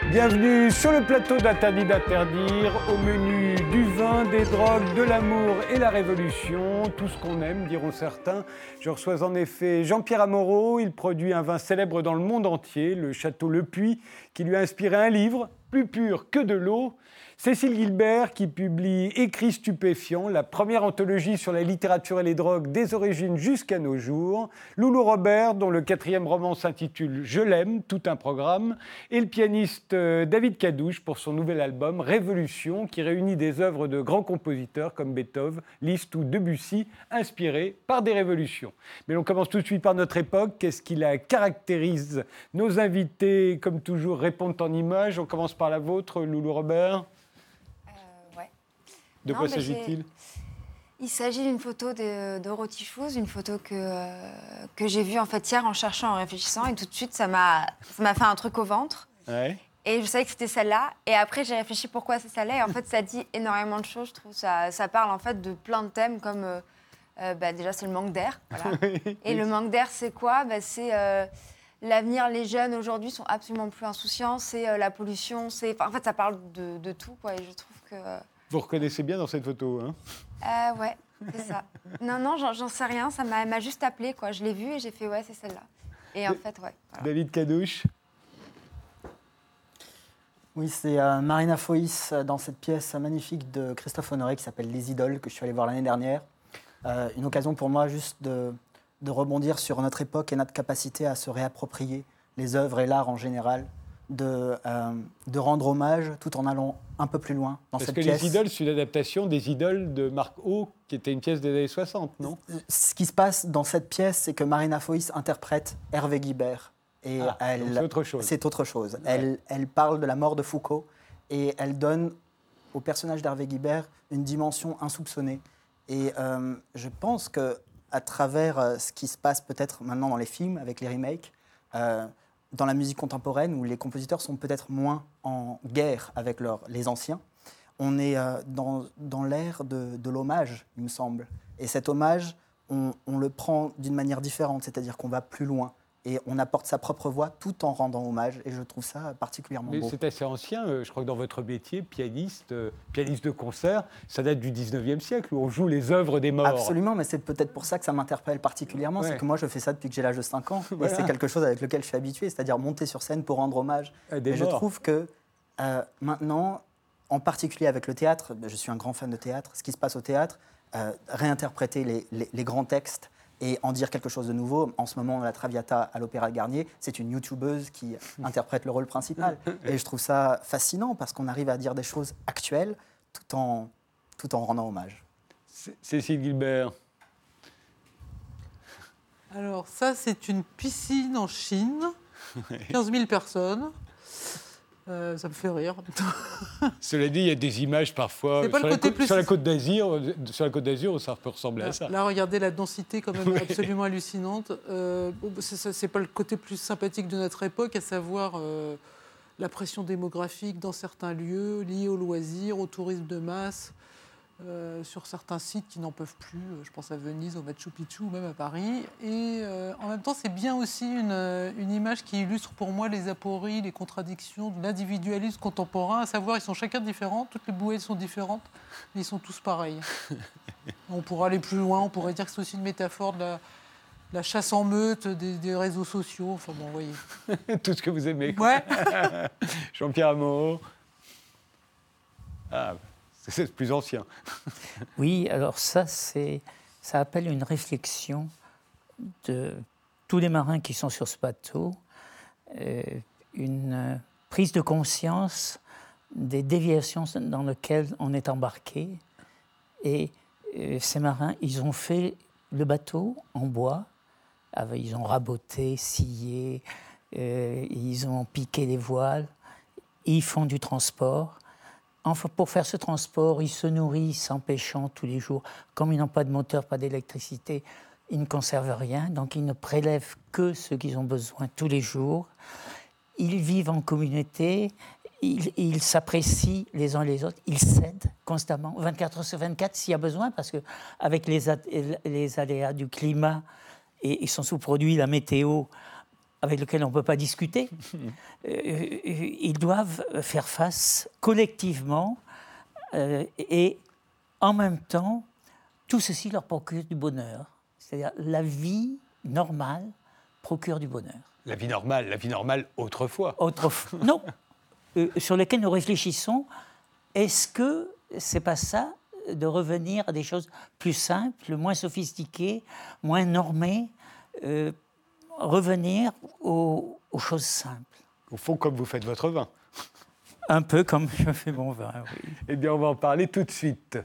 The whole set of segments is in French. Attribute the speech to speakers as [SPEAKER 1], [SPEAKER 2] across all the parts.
[SPEAKER 1] Bienvenue sur le plateau d'Interdit d'interdire, au menu du vin, des drogues, de l'amour et la révolution, tout ce qu'on aime, diront certains. Je reçois en effet Jean-Pierre Amorot, il produit un vin célèbre dans le monde entier, le Château Le Puy, qui lui a inspiré un livre, plus pur que de l'eau. Cécile Gilbert, qui publie Écrits stupéfiants, la première anthologie sur la littérature et les drogues des origines jusqu'à nos jours. Loulou Robert, dont le 4e roman s'intitule Je l'aime, tout un programme. Et le pianiste David Cadouche pour son nouvel album Révolution, qui réunit des œuvres de grands compositeurs comme Beethoven, Liszt ou Debussy, inspirés par des révolutions. Mais on commence tout de suite par notre époque. Qu'est-ce qui la caractérise? Nos invités, comme toujours, répondent en images. On commence par la vôtre, Loulou Robert. De quoi s'agit-il ?
[SPEAKER 2] Il s'agit d'une photo de Dorothy Shoes, une photo que j'ai vue en fait hier en cherchant, en réfléchissant, et tout de suite ça m'a fait un truc au ventre.
[SPEAKER 1] Ouais.
[SPEAKER 2] Et je savais que c'était celle-là. Et après j'ai réfléchi pourquoi c'est celle-là. Et en fait ça dit énormément de choses. Je trouve ça parle en fait de plein de thèmes comme déjà c'est le manque d'air. Voilà. Et le manque d'air c'est quoi ? C'est l'avenir. Les jeunes aujourd'hui sont absolument plus insouciants. C'est la pollution. En fait ça parle de tout quoi. Et je trouve que
[SPEAKER 1] vous reconnaissez bien dans cette photo, hein ?
[SPEAKER 2] Ouais, c'est ça. Non, j'en sais rien. Elle m'a juste appelée, quoi. Je l'ai vue et j'ai fait, ouais, c'est celle-là. Et en fait, ouais. Voilà.
[SPEAKER 1] David Cadouche.
[SPEAKER 3] Oui, c'est Marina Foïs dans cette pièce magnifique de Christophe Honoré qui s'appelle Les Idoles, que je suis allé voir l'année dernière. Une occasion pour moi juste de rebondir sur notre époque et notre capacité à se réapproprier les œuvres et l'art en général. De rendre hommage tout en allant un peu plus loin dans cette pièce.
[SPEAKER 1] Parce que Les Idoles, c'est une adaptation des Idoles de Marc O, qui était une pièce des années 60, non ?
[SPEAKER 3] Ce qui se passe dans cette pièce, c'est que Marina Foïs interprète Hervé Guibert. Et
[SPEAKER 1] c'est autre chose.
[SPEAKER 3] C'est autre chose.
[SPEAKER 1] Ouais.
[SPEAKER 3] Elle parle de la mort de Foucault et elle donne au personnage d'Hervé Guibert une dimension insoupçonnée. Et je pense qu'à travers ce qui se passe peut-être maintenant dans les films, avec les remakes, dans la musique contemporaine, où les compositeurs sont peut-être moins en guerre avec les anciens, on est dans l'ère de l'hommage, il me semble. Et cet hommage, on le prend d'une manière différente, c'est-à-dire qu'on va plus loin. Et on apporte sa propre voix tout en rendant hommage. Et je trouve ça particulièrement beau.
[SPEAKER 1] C'est assez ancien. Je crois que dans votre métier, pianiste de concert, ça date du 19e siècle, où on joue les œuvres des morts.
[SPEAKER 3] Absolument, mais c'est peut-être pour ça que ça m'interpelle particulièrement. Ouais. C'est que moi, je fais ça depuis que j'ai l'âge de 5 ans. Voilà. Et c'est quelque chose avec lequel je suis habitué, c'est-à-dire monter sur scène pour rendre hommage. Et je trouve que maintenant, en particulier avec le théâtre, je suis un grand fan de théâtre, ce qui se passe au théâtre, réinterpréter les grands textes, et en dire quelque chose de nouveau. En ce moment, la Traviata à l'Opéra Garnier, c'est une youtubeuse qui interprète le rôle principal. Et je trouve ça fascinant parce qu'on arrive à dire des choses actuelles tout en rendant hommage.
[SPEAKER 1] Cécile Gilbert.
[SPEAKER 4] Alors ça, c'est une piscine en Chine, 15 000 personnes. Ça me fait rire.
[SPEAKER 1] Cela dit, il y a des images parfois sur la Côte d'Azur où ça peut ressembler à ça.
[SPEAKER 4] Là, regardez la densité quand même absolument hallucinante. C'est pas le côté plus sympathique de notre époque, à savoir la pression démographique dans certains lieux liés au loisir, au tourisme de masse, sur certains sites qui n'en peuvent plus. Je pense à Venise, au Machu Picchu, ou même à Paris. Et en même temps, c'est bien aussi une image qui illustre pour moi les apories, les contradictions de l'individualisme contemporain, à savoir ils sont chacun différents, toutes les bouées sont différentes, mais ils sont tous pareils. On pourrait aller plus loin, on pourrait dire que c'est aussi une métaphore de la chasse en meute des réseaux sociaux. Enfin bon, vous voyez.
[SPEAKER 1] Tout ce que vous aimez.
[SPEAKER 4] Ouais.
[SPEAKER 1] Jean-Pierre Amorot. C'est plus ancien.
[SPEAKER 5] Oui, alors ça appelle une réflexion de tous les marins qui sont sur ce bateau, une prise de conscience des déviations dans lesquelles on est embarqué. Et ces marins, ils ont fait le bateau en bois, ils ont raboté, scié, ils ont piqué les voiles, ils font du transport. Enfin, pour faire ce transport, ils se nourrissent en pêchant tous les jours. Comme ils n'ont pas de moteur, pas d'électricité, ils ne conservent rien, donc ils ne prélèvent que ce qu'ils ont besoin tous les jours. Ils vivent en communauté, ils s'apprécient les uns les autres, ils s'aident constamment, 24 heures sur 24 s'il y a besoin, parce qu'avec les aléas du climat et son sous-produit, la météo, avec lequel on ne peut pas discuter. Ils doivent faire face collectivement et en même temps, tout ceci leur procure du bonheur. C'est-à-dire la vie normale procure du bonheur.
[SPEAKER 1] La vie normale autrefois.
[SPEAKER 5] Autrefois, non. Sur lesquels nous réfléchissons, est-ce que c'est pas ça de revenir à des choses plus simples, moins sophistiquées, moins normées, revenir aux choses simples.
[SPEAKER 1] Au fond, comme vous faites votre vin.
[SPEAKER 5] Un peu comme je fais mon vin, oui.
[SPEAKER 1] Eh bien, on va en parler tout de suite.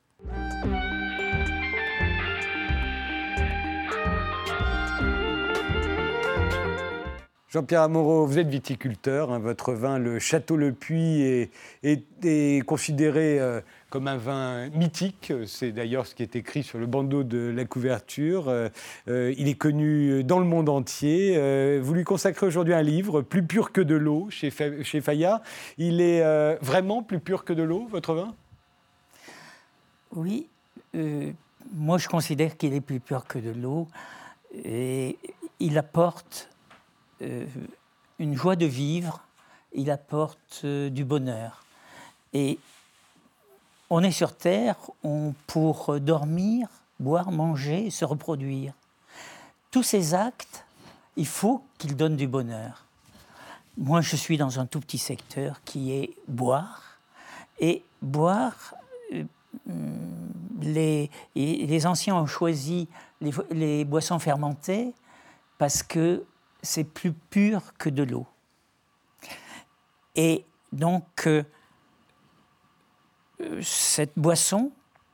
[SPEAKER 1] Jean-Pierre Amoraux, vous êtes viticulteur. Votre vin, le Château Le Puy, est considéré comme un vin mythique. C'est d'ailleurs ce qui est écrit sur le bandeau de la couverture. Il est connu dans le monde entier. Vous lui consacrez aujourd'hui un livre, Plus pur que de l'eau, chez Fayard. Il est vraiment plus pur que de l'eau, votre vin ?
[SPEAKER 5] Oui. Moi, je considère qu'il est plus pur que de l'eau. Et il apporte une joie de vivre, il apporte du bonheur. Et on est sur Terre pour dormir, boire, manger, se reproduire. Tous ces actes, il faut qu'ils donnent du bonheur. Moi, je suis dans un tout petit secteur qui est boire. Et boire, les anciens ont choisi les boissons fermentées parce que c'est plus pur que de l'eau. Et donc, cette boisson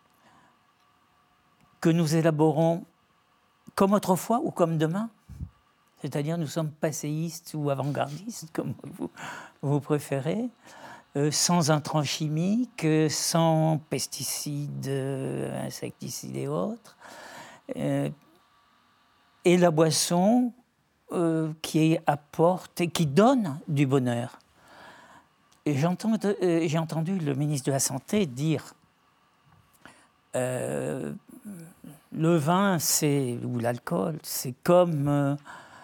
[SPEAKER 5] que nous élaborons comme autrefois ou comme demain, c'est-à-dire nous sommes passéistes ou avant-gardistes, comme vous préférez, sans intrants chimiques, sans pesticides, insecticides et autres. Et la boisson qui apporte et qui donne du bonheur. Et j'ai entendu le ministre de la Santé dire le vin ou l'alcool, c'est comme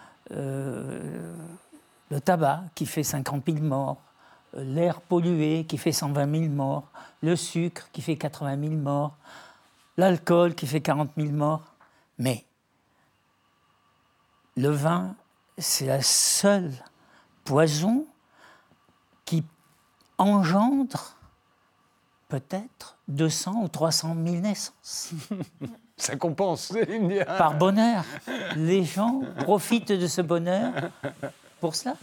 [SPEAKER 5] le tabac qui fait 50 000 morts, l'air pollué qui fait 120 000 morts, le sucre qui fait 80 000 morts, l'alcool qui fait 40 000 morts. Mais le vin, c'est la seule poison qui engendre peut-être 200 ou 300 000 naissances.
[SPEAKER 1] Ça compense.
[SPEAKER 5] Par bonheur. Les gens profitent de ce bonheur pour cela.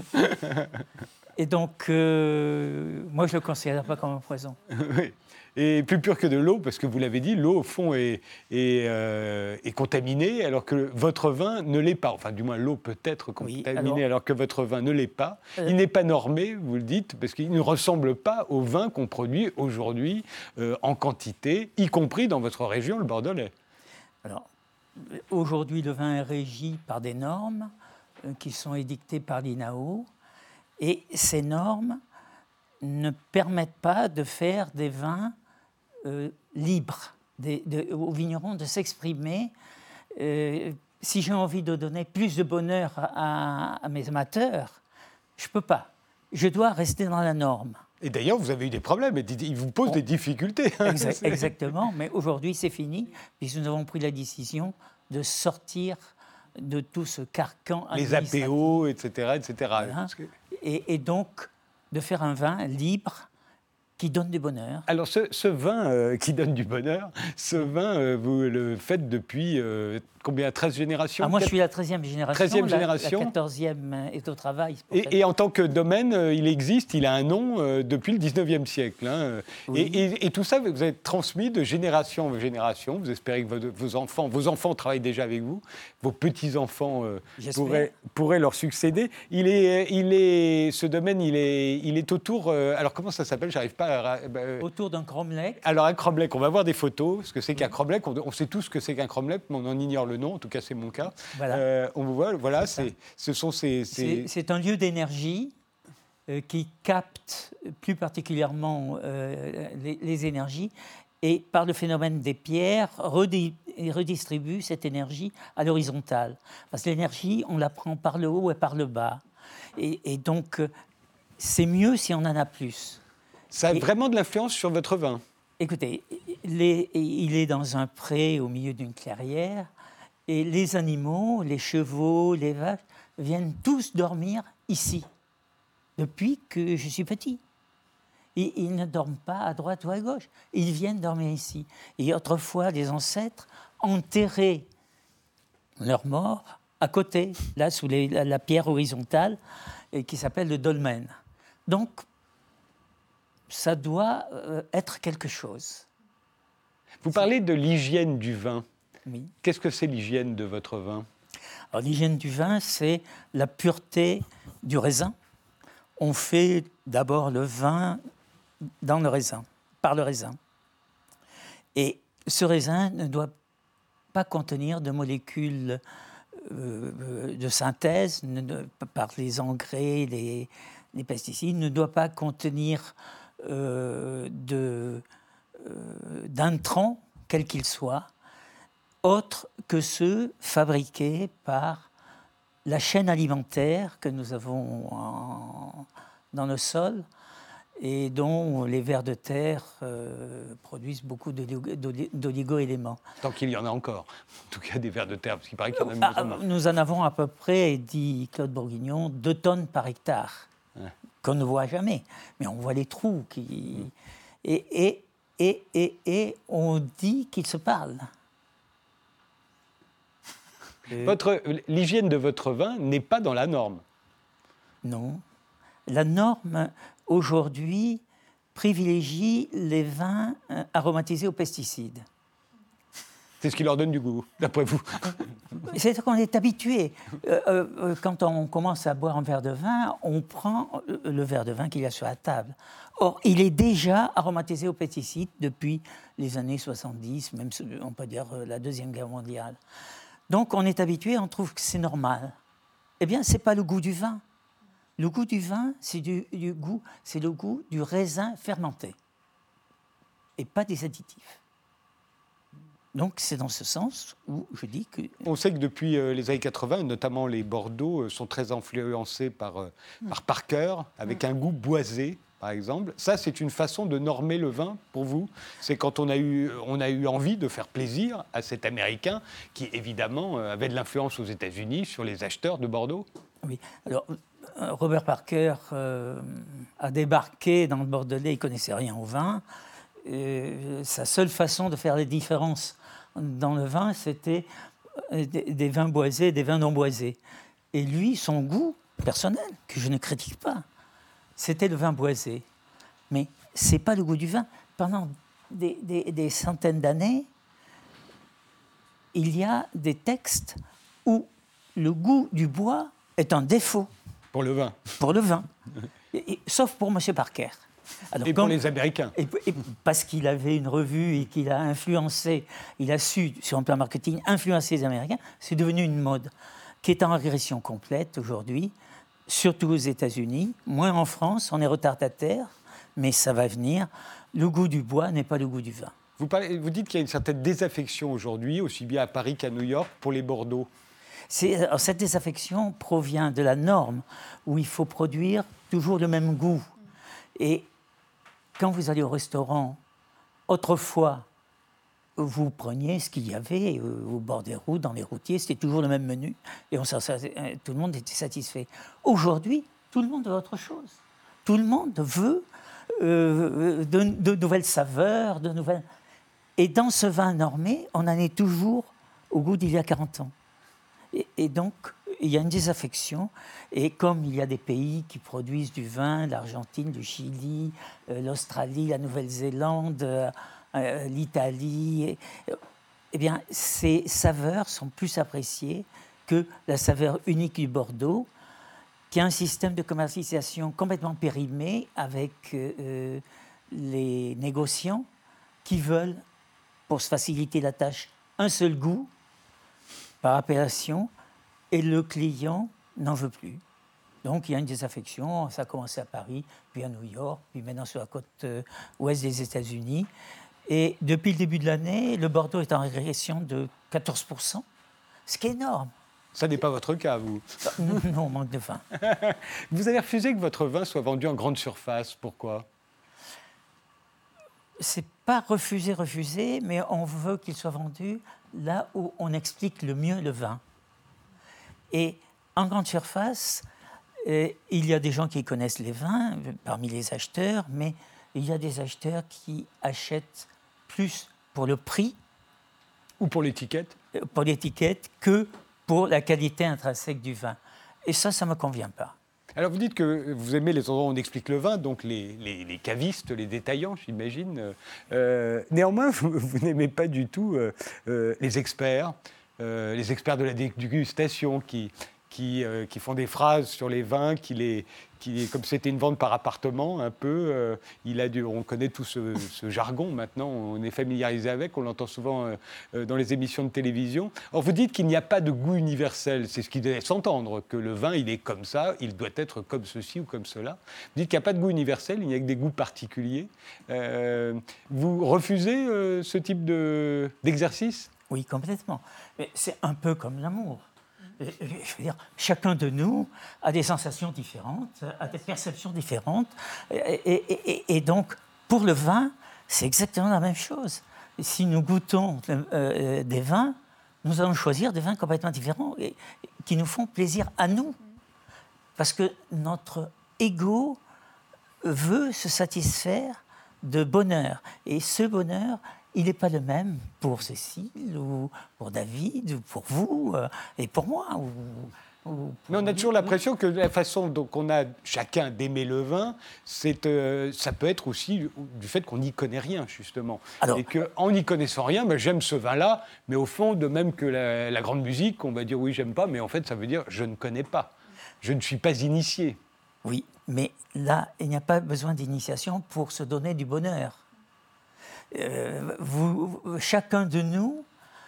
[SPEAKER 5] Et donc, moi, je ne le considère pas comme un poison.
[SPEAKER 1] Oui. Et plus pur que de l'eau, parce que vous l'avez dit, l'eau, au fond, est contaminée, alors que votre vin ne l'est pas. Enfin, du moins, l'eau peut être contaminée, alors que votre vin ne l'est pas. Il n'est pas normé, vous le dites, parce qu'il ne ressemble pas au vin qu'on produit aujourd'hui en quantité, y compris dans votre région, le Bordelais.
[SPEAKER 5] Alors, aujourd'hui, le vin est régi par des normes qui sont édictées par l'INAO, et ces normes ne permettent pas de faire des vins libres, aux vignerons de s'exprimer. Si j'ai envie de donner plus de bonheur à mes amateurs, je ne peux pas. Je dois rester dans la norme.
[SPEAKER 1] Et d'ailleurs, vous avez eu des problèmes, ils vous posent des difficultés.
[SPEAKER 5] Exactement, mais aujourd'hui, c'est fini, puisque nous avons pris la décision de sortir de tout ce carcan administratif.
[SPEAKER 1] Les APO, etc.
[SPEAKER 5] Voilà. Et donc, de faire un vin libre qui donne du bonheur.
[SPEAKER 1] Alors, ce vin qui donne du bonheur, ce vin, vous le faites depuis combien, 13 générations?
[SPEAKER 5] Moi, je suis la 13e génération.
[SPEAKER 1] 13e génération.
[SPEAKER 5] La 14e est au travail.
[SPEAKER 1] Et en tant que domaine, il existe, il a un nom depuis le 19e siècle. Hein. Oui. Et tout ça, vous êtes transmis de génération en génération. Vous espérez que vos enfants travaillent déjà avec vous. Vos petits-enfants pourraient leur succéder. Ce domaine, il est autour... alors, comment ça s'appelle? J'arrive pas à...
[SPEAKER 5] autour d'un cromlech.
[SPEAKER 1] Alors, un cromlech, on va voir des photos. Ce que c'est qu'un cromlech. On sait tous ce que c'est qu'un cromlech, mais on en ignore le nom. En tout cas, c'est mon cas. Voilà. On voit, voilà, ce sont ces...
[SPEAKER 5] C'est un lieu d'énergie qui capte plus particulièrement les énergies et par le phénomène des pierres il redistribue cette énergie à l'horizontale. Parce que l'énergie, on la prend par le haut et par le bas. Et donc, c'est mieux si on en a plus.
[SPEAKER 1] Ça a vraiment de l'influence sur votre vin.
[SPEAKER 5] Écoutez, il est dans un pré au milieu d'une clairière, et les animaux, les chevaux, les vaches, viennent tous dormir ici, depuis que je suis petit. Et ils ne dorment pas à droite ou à gauche, ils viennent dormir ici. Et autrefois, les ancêtres enterraient leurs morts à côté, là, sous la pierre horizontale, qui s'appelle le dolmen. Donc, ça doit être quelque chose.
[SPEAKER 1] Vous parlez de l'hygiène du vin.
[SPEAKER 5] Oui.
[SPEAKER 1] Qu'est-ce que c'est l'hygiène de votre vin?
[SPEAKER 5] Alors, l'hygiène du vin, c'est la pureté du raisin. On fait d'abord le vin dans le raisin, par le raisin. Et ce raisin ne doit pas contenir de molécules de synthèse, par les engrais, les pesticides, ne doit pas contenir d'intrants, quels qu'ils soient, autres que ceux fabriqués par la chaîne alimentaire que nous avons dans le sol et dont les vers de terre produisent beaucoup d'oligo-éléments.
[SPEAKER 1] Tant qu'il y en a encore. En tout cas, des vers de terre, parce qu'il paraît qu'il y en a de moins en moins.
[SPEAKER 5] Nous en avons à peu près, dit Claude Bourguignon, 2 tonnes par hectare, qu'on ne voit jamais. Mais on voit les trous. Et on dit qu'ils se parlent.
[SPEAKER 1] L'hygiène de votre vin n'est pas dans la norme.
[SPEAKER 5] Non. La norme, aujourd'hui, privilégie les vins aromatisés aux pesticides.
[SPEAKER 1] C'est ce qui leur donne du goût, d'après vous.
[SPEAKER 5] C'est qu'on est habitué. Quand on commence à boire un verre de vin, on prend le verre de vin qu'il y a sur la table. Or, il est déjà aromatisé aux pesticides depuis les années 70, même on peut dire la Deuxième Guerre mondiale. Donc, on est habitué, on trouve que c'est normal. Eh bien, ce n'est pas le goût du vin. Le goût du vin, c'est le goût du raisin fermenté et pas des additifs. Donc, c'est dans ce sens où je dis que...
[SPEAKER 1] On sait que depuis les années 80, notamment les Bordeaux, sont très influencés par Parker, avec un goût boisé, par exemple. Ça, c'est une façon de normer le vin, pour vous? C'est quand on a eu envie de faire plaisir à cet Américain qui, évidemment, avait de l'influence aux États-Unis sur les acheteurs de Bordeaux.
[SPEAKER 5] Oui, alors... Robert Parker a débarqué dans le Bordelais, il ne connaissait rien au vin. Sa seule façon de faire les différences dans le vin, c'était des vins boisés et des vins non boisés. Et lui, son goût personnel, que je ne critique pas, c'était le vin boisé. Mais ce n'est pas le goût du vin. Pendant des centaines d'années, il y a des textes où le goût du bois est un défaut.
[SPEAKER 1] Pour le vin.
[SPEAKER 5] Pour le vin. Sauf pour M. Parker. Alors,
[SPEAKER 1] et pour les Américains.
[SPEAKER 5] Et parce qu'il avait une revue et qu'il a influencé, il a su, sur un plan marketing, influencer les Américains, c'est devenu une mode qui est en régression complète aujourd'hui, surtout aux États-Unis, moins en France, on est retardataire, mais ça va venir. Le goût du bois n'est pas le goût du vin.
[SPEAKER 1] Vous dites qu'il y a une certaine désaffection aujourd'hui, aussi bien à Paris qu'à New York, pour les Bordeaux.
[SPEAKER 5] Cette désaffection provient de la norme où il faut produire toujours le même goût. Et quand vous allez au restaurant, autrefois, vous preniez ce qu'il y avait au bord des routes, dans les routiers, c'était toujours le même menu et tout le monde était satisfait. Aujourd'hui, tout le monde veut autre chose. Tout le monde veut de nouvelles saveurs, de nouvelles... Et dans ce vin normé, on en est toujours au goût d'il y a 40 ans. Et donc, il y a une désaffection. Et comme il y a des pays qui produisent du vin, l'Argentine, le Chili, l'Australie, la Nouvelle-Zélande, l'Italie, eh bien, ces saveurs sont plus appréciées que la saveur unique du Bordeaux, qui a un système de commercialisation complètement périmé avec les négociants qui veulent, pour se faciliter la tâche, un seul goût par appellation, et le client n'en veut plus. Donc il y a une désaffection, ça a commencé à Paris, puis à New York, puis maintenant sur la côte ouest des États-Unis. Et depuis le début de l'année, le Bordeaux est en régression de 14%, ce qui est énorme.
[SPEAKER 1] Ça n'est pas votre cas, vous.
[SPEAKER 5] Non, on manque de vin.
[SPEAKER 1] Vous avez refusé que votre vin soit vendu en grande surface. Pourquoi?
[SPEAKER 5] C'est pas refuser, mais on veut qu'il soit vendu là où on explique le mieux le vin. Et en grande surface, il y a des gens qui connaissent les vins parmi les acheteurs, mais il y a des acheteurs qui achètent plus pour le prix,
[SPEAKER 1] Ou pour l'étiquette?
[SPEAKER 5] que pour la qualité intrinsèque du vin. Et ça ne me convient pas.
[SPEAKER 1] Alors vous dites que vous aimez les endroits où on explique le vin, donc les cavistes, les détaillants, j'imagine. Néanmoins, vous n'aimez pas du tout les experts de la dégustation qui font des phrases sur les vins, comme c'était une vente par appartement, un peu. On connaît tout ce jargon maintenant, on est familiarisé avec, on l'entend souvent dans les émissions de télévision. Or, vous dites qu'il n'y a pas de goût universel, c'est ce qui doit s'entendre, que le vin, il est comme ça, il doit être comme ceci ou comme cela. Vous dites qu'il n'y a pas de goût universel, il n'y a que des goûts particuliers. Vous refusez ce type d'exercice?
[SPEAKER 5] Oui, complètement. Mais c'est un peu comme l'amour. Je veux dire, chacun de nous a des sensations différentes, a des perceptions différentes. Et donc, pour le vin, c'est exactement la même chose. Si nous goûtons des vins, nous allons choisir des vins complètement différents et qui nous font plaisir à nous. Parce que notre ego veut se satisfaire de bonheur. Et ce bonheur, il n'est pas le même pour Cécile, ou pour David, ou pour vous, et pour moi.
[SPEAKER 1] Mais on a toujours l'impression que la façon dont on a chacun d'aimer le vin, ça peut être aussi du fait qu'on n'y connaît rien, justement. Alors, et qu'en n'y connaissant rien, j'aime ce vin-là, mais au fond, de même que la grande musique, on va dire oui, j'aime pas, mais en fait, ça veut dire je ne connais pas. Je ne suis pas initié.
[SPEAKER 5] Oui, mais là, il n'y a pas besoin d'initiation pour se donner du bonheur. Chacun de nous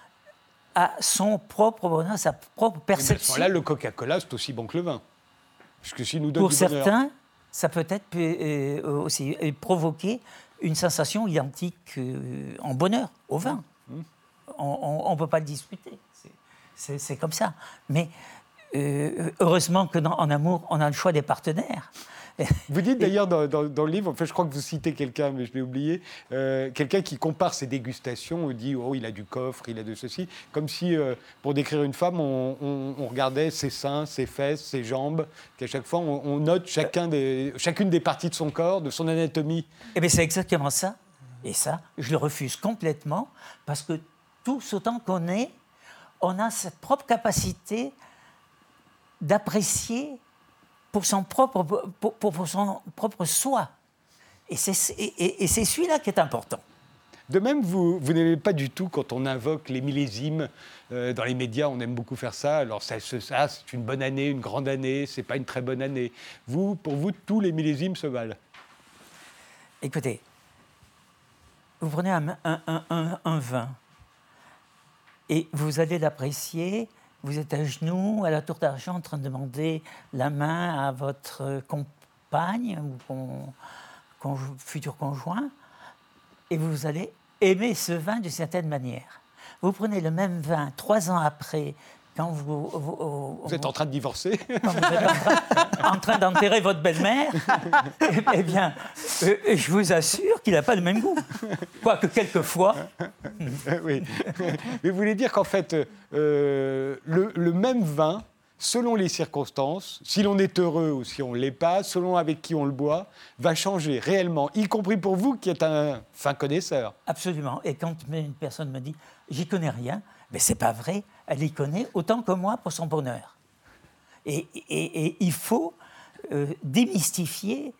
[SPEAKER 5] a son propre bonheur, sa propre perception.
[SPEAKER 1] Là, le Coca-Cola, c'est aussi bon que le vin. Parce que s'il nous donne
[SPEAKER 5] pour
[SPEAKER 1] du bonheur...
[SPEAKER 5] certains, ça peut être aussi provoquer une sensation identique en bonheur au vin. On ne peut pas le discuter. C'est comme ça. Mais heureusement qu'en amour, on a le choix des partenaires.
[SPEAKER 1] Vous dites d'ailleurs dans le livre, enfin, je crois que vous citez quelqu'un, mais je l'ai oublié, quelqu'un qui compare ses dégustations, on dit « oh, il a du coffre, il a de ceci », comme si, pour décrire une femme, on regardait ses seins, ses fesses, ses jambes, qu'à chaque fois, on note chacune des parties de son corps, de son anatomie.
[SPEAKER 5] Eh bien, c'est exactement ça. Et ça, je le refuse complètement, parce que tous autant qu'on est, on a cette propre capacité d'apprécier pour son propre soi. Et c'est celui-là qui est important.
[SPEAKER 1] De même, vous n'aimez pas du tout quand on invoque les millésimes. Dans les médias, on aime beaucoup faire ça. Alors ça c'est une bonne année, une grande année, c'est pas une très bonne année. Pour vous, tous les millésimes se valent.
[SPEAKER 5] Écoutez, vous prenez un vin et vous allez l'apprécier. Vous êtes à genoux, à la tour d'argent, en train de demander la main à votre compagne ou futur conjoint, et vous allez aimer ce vin d'une certaine manière. Vous prenez le même vin 3 ans après, quand vous
[SPEAKER 1] êtes en train de divorcer.
[SPEAKER 5] Quand vous êtes en train d'enterrer votre belle-mère, eh bien, je vous assure qu'il n'a pas le même goût. Quoique quelquefois...
[SPEAKER 1] Oui. Mais vous voulez dire qu'en fait, le même vin, selon les circonstances, si l'on est heureux ou si on ne l'est pas, selon avec qui on le boit, va changer réellement, y compris pour vous qui êtes un fin connaisseur.
[SPEAKER 5] Absolument. Et quand une personne me dit « j'y connais rien », mais c'est pas vrai, elle y connaît autant que moi pour son bonheur. Et il faut démystifier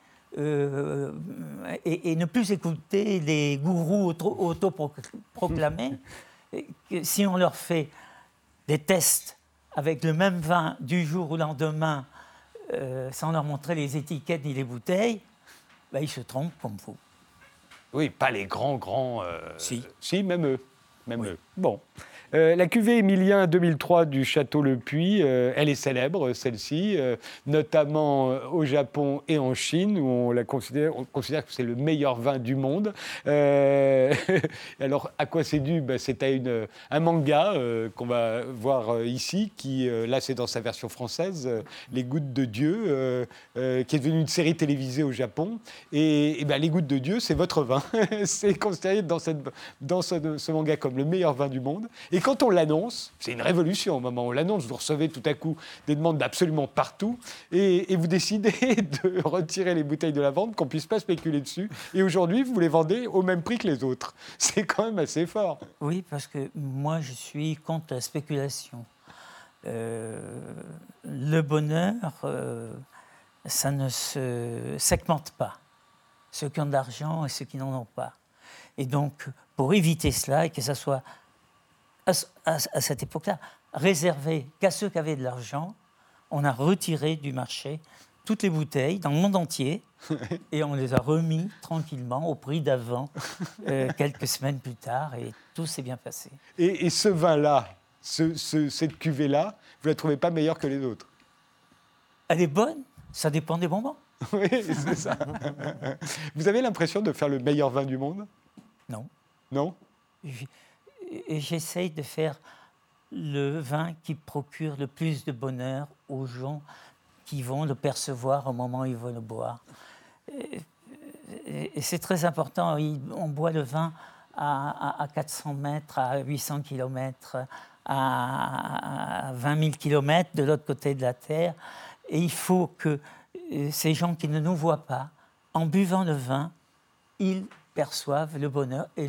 [SPEAKER 5] et ne plus écouter les gourous autoproclamés. Si on leur fait des tests avec le même vin du jour au lendemain, sans leur montrer les étiquettes ni les bouteilles, ben, ils se trompent comme vous.
[SPEAKER 1] Oui, pas les grands...
[SPEAKER 5] Si.
[SPEAKER 1] Si, même eux. Même
[SPEAKER 5] oui.
[SPEAKER 1] eux. Bon. La cuvée Émilien 2003 du Château Le Puy, elle est célèbre, celle-ci, notamment au Japon et en Chine, où on considère que c'est le meilleur vin du monde. Alors, à quoi c'est dû? C'est à un manga qu'on va voir ici, qui, là, c'est dans sa version française, Les Gouttes de Dieu, qui est devenue une série télévisée au Japon. Et Les Gouttes de Dieu, c'est votre vin. C'est considéré dans ce manga comme le meilleur vin du monde. Et quand on l'annonce, c'est une révolution au moment où on l'annonce, vous recevez tout à coup des demandes d'absolument partout et vous décidez de retirer les bouteilles de la vente, qu'on ne puisse pas spéculer dessus. Et aujourd'hui, vous les vendez au même prix que les autres. C'est quand même assez fort.
[SPEAKER 5] Oui, parce que moi, je suis contre la spéculation. Le bonheur, ça ne se segmente pas. Ceux qui ont de l'argent et ceux qui n'en ont pas. Et donc, pour éviter cela et que ça soit, à cette époque-là, réservé qu'à ceux qui avaient de l'argent, on a retiré du marché toutes les bouteilles dans le monde entier et on les a remis tranquillement au prix d'avant, quelques semaines plus tard, et tout s'est bien passé.
[SPEAKER 1] Et ce vin-là, cette cuvée-là, vous ne la trouvez pas meilleure que les autres?
[SPEAKER 5] Elle est bonne, ça dépend des moments.
[SPEAKER 1] Oui, c'est ça. Vous avez l'impression de faire le meilleur vin du monde?
[SPEAKER 5] Non.
[SPEAKER 1] Non?
[SPEAKER 5] J'essaye de faire le vin qui procure le plus de bonheur aux gens qui vont le percevoir au moment où ils vont le boire. Et c'est très important. On boit le vin à 400 mètres, à 800 km, à 20 000 km de l'autre côté de la Terre. Et il faut que ces gens qui ne nous voient pas, en buvant le vin, ils perçoivent le bonheur et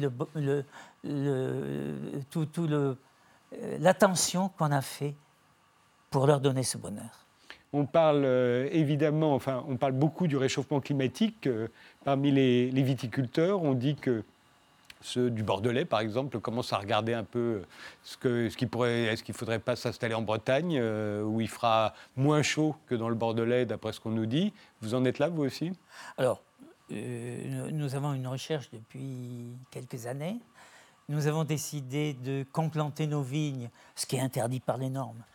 [SPEAKER 5] l'attention qu'on a fait pour leur donner ce bonheur.
[SPEAKER 1] On parle évidemment, on parle beaucoup du réchauffement climatique. Parmi les viticulteurs, on dit que ceux du Bordelais, par exemple, commencent à regarder un peu est-ce qu'il ne faudrait pas s'installer en Bretagne, où il fera moins chaud que dans le Bordelais, d'après ce qu'on nous dit. Vous en êtes là, vous aussi?
[SPEAKER 5] Alors, nous avons une recherche depuis quelques années. Nous avons décidé de complanter nos vignes, ce qui est interdit par les normes,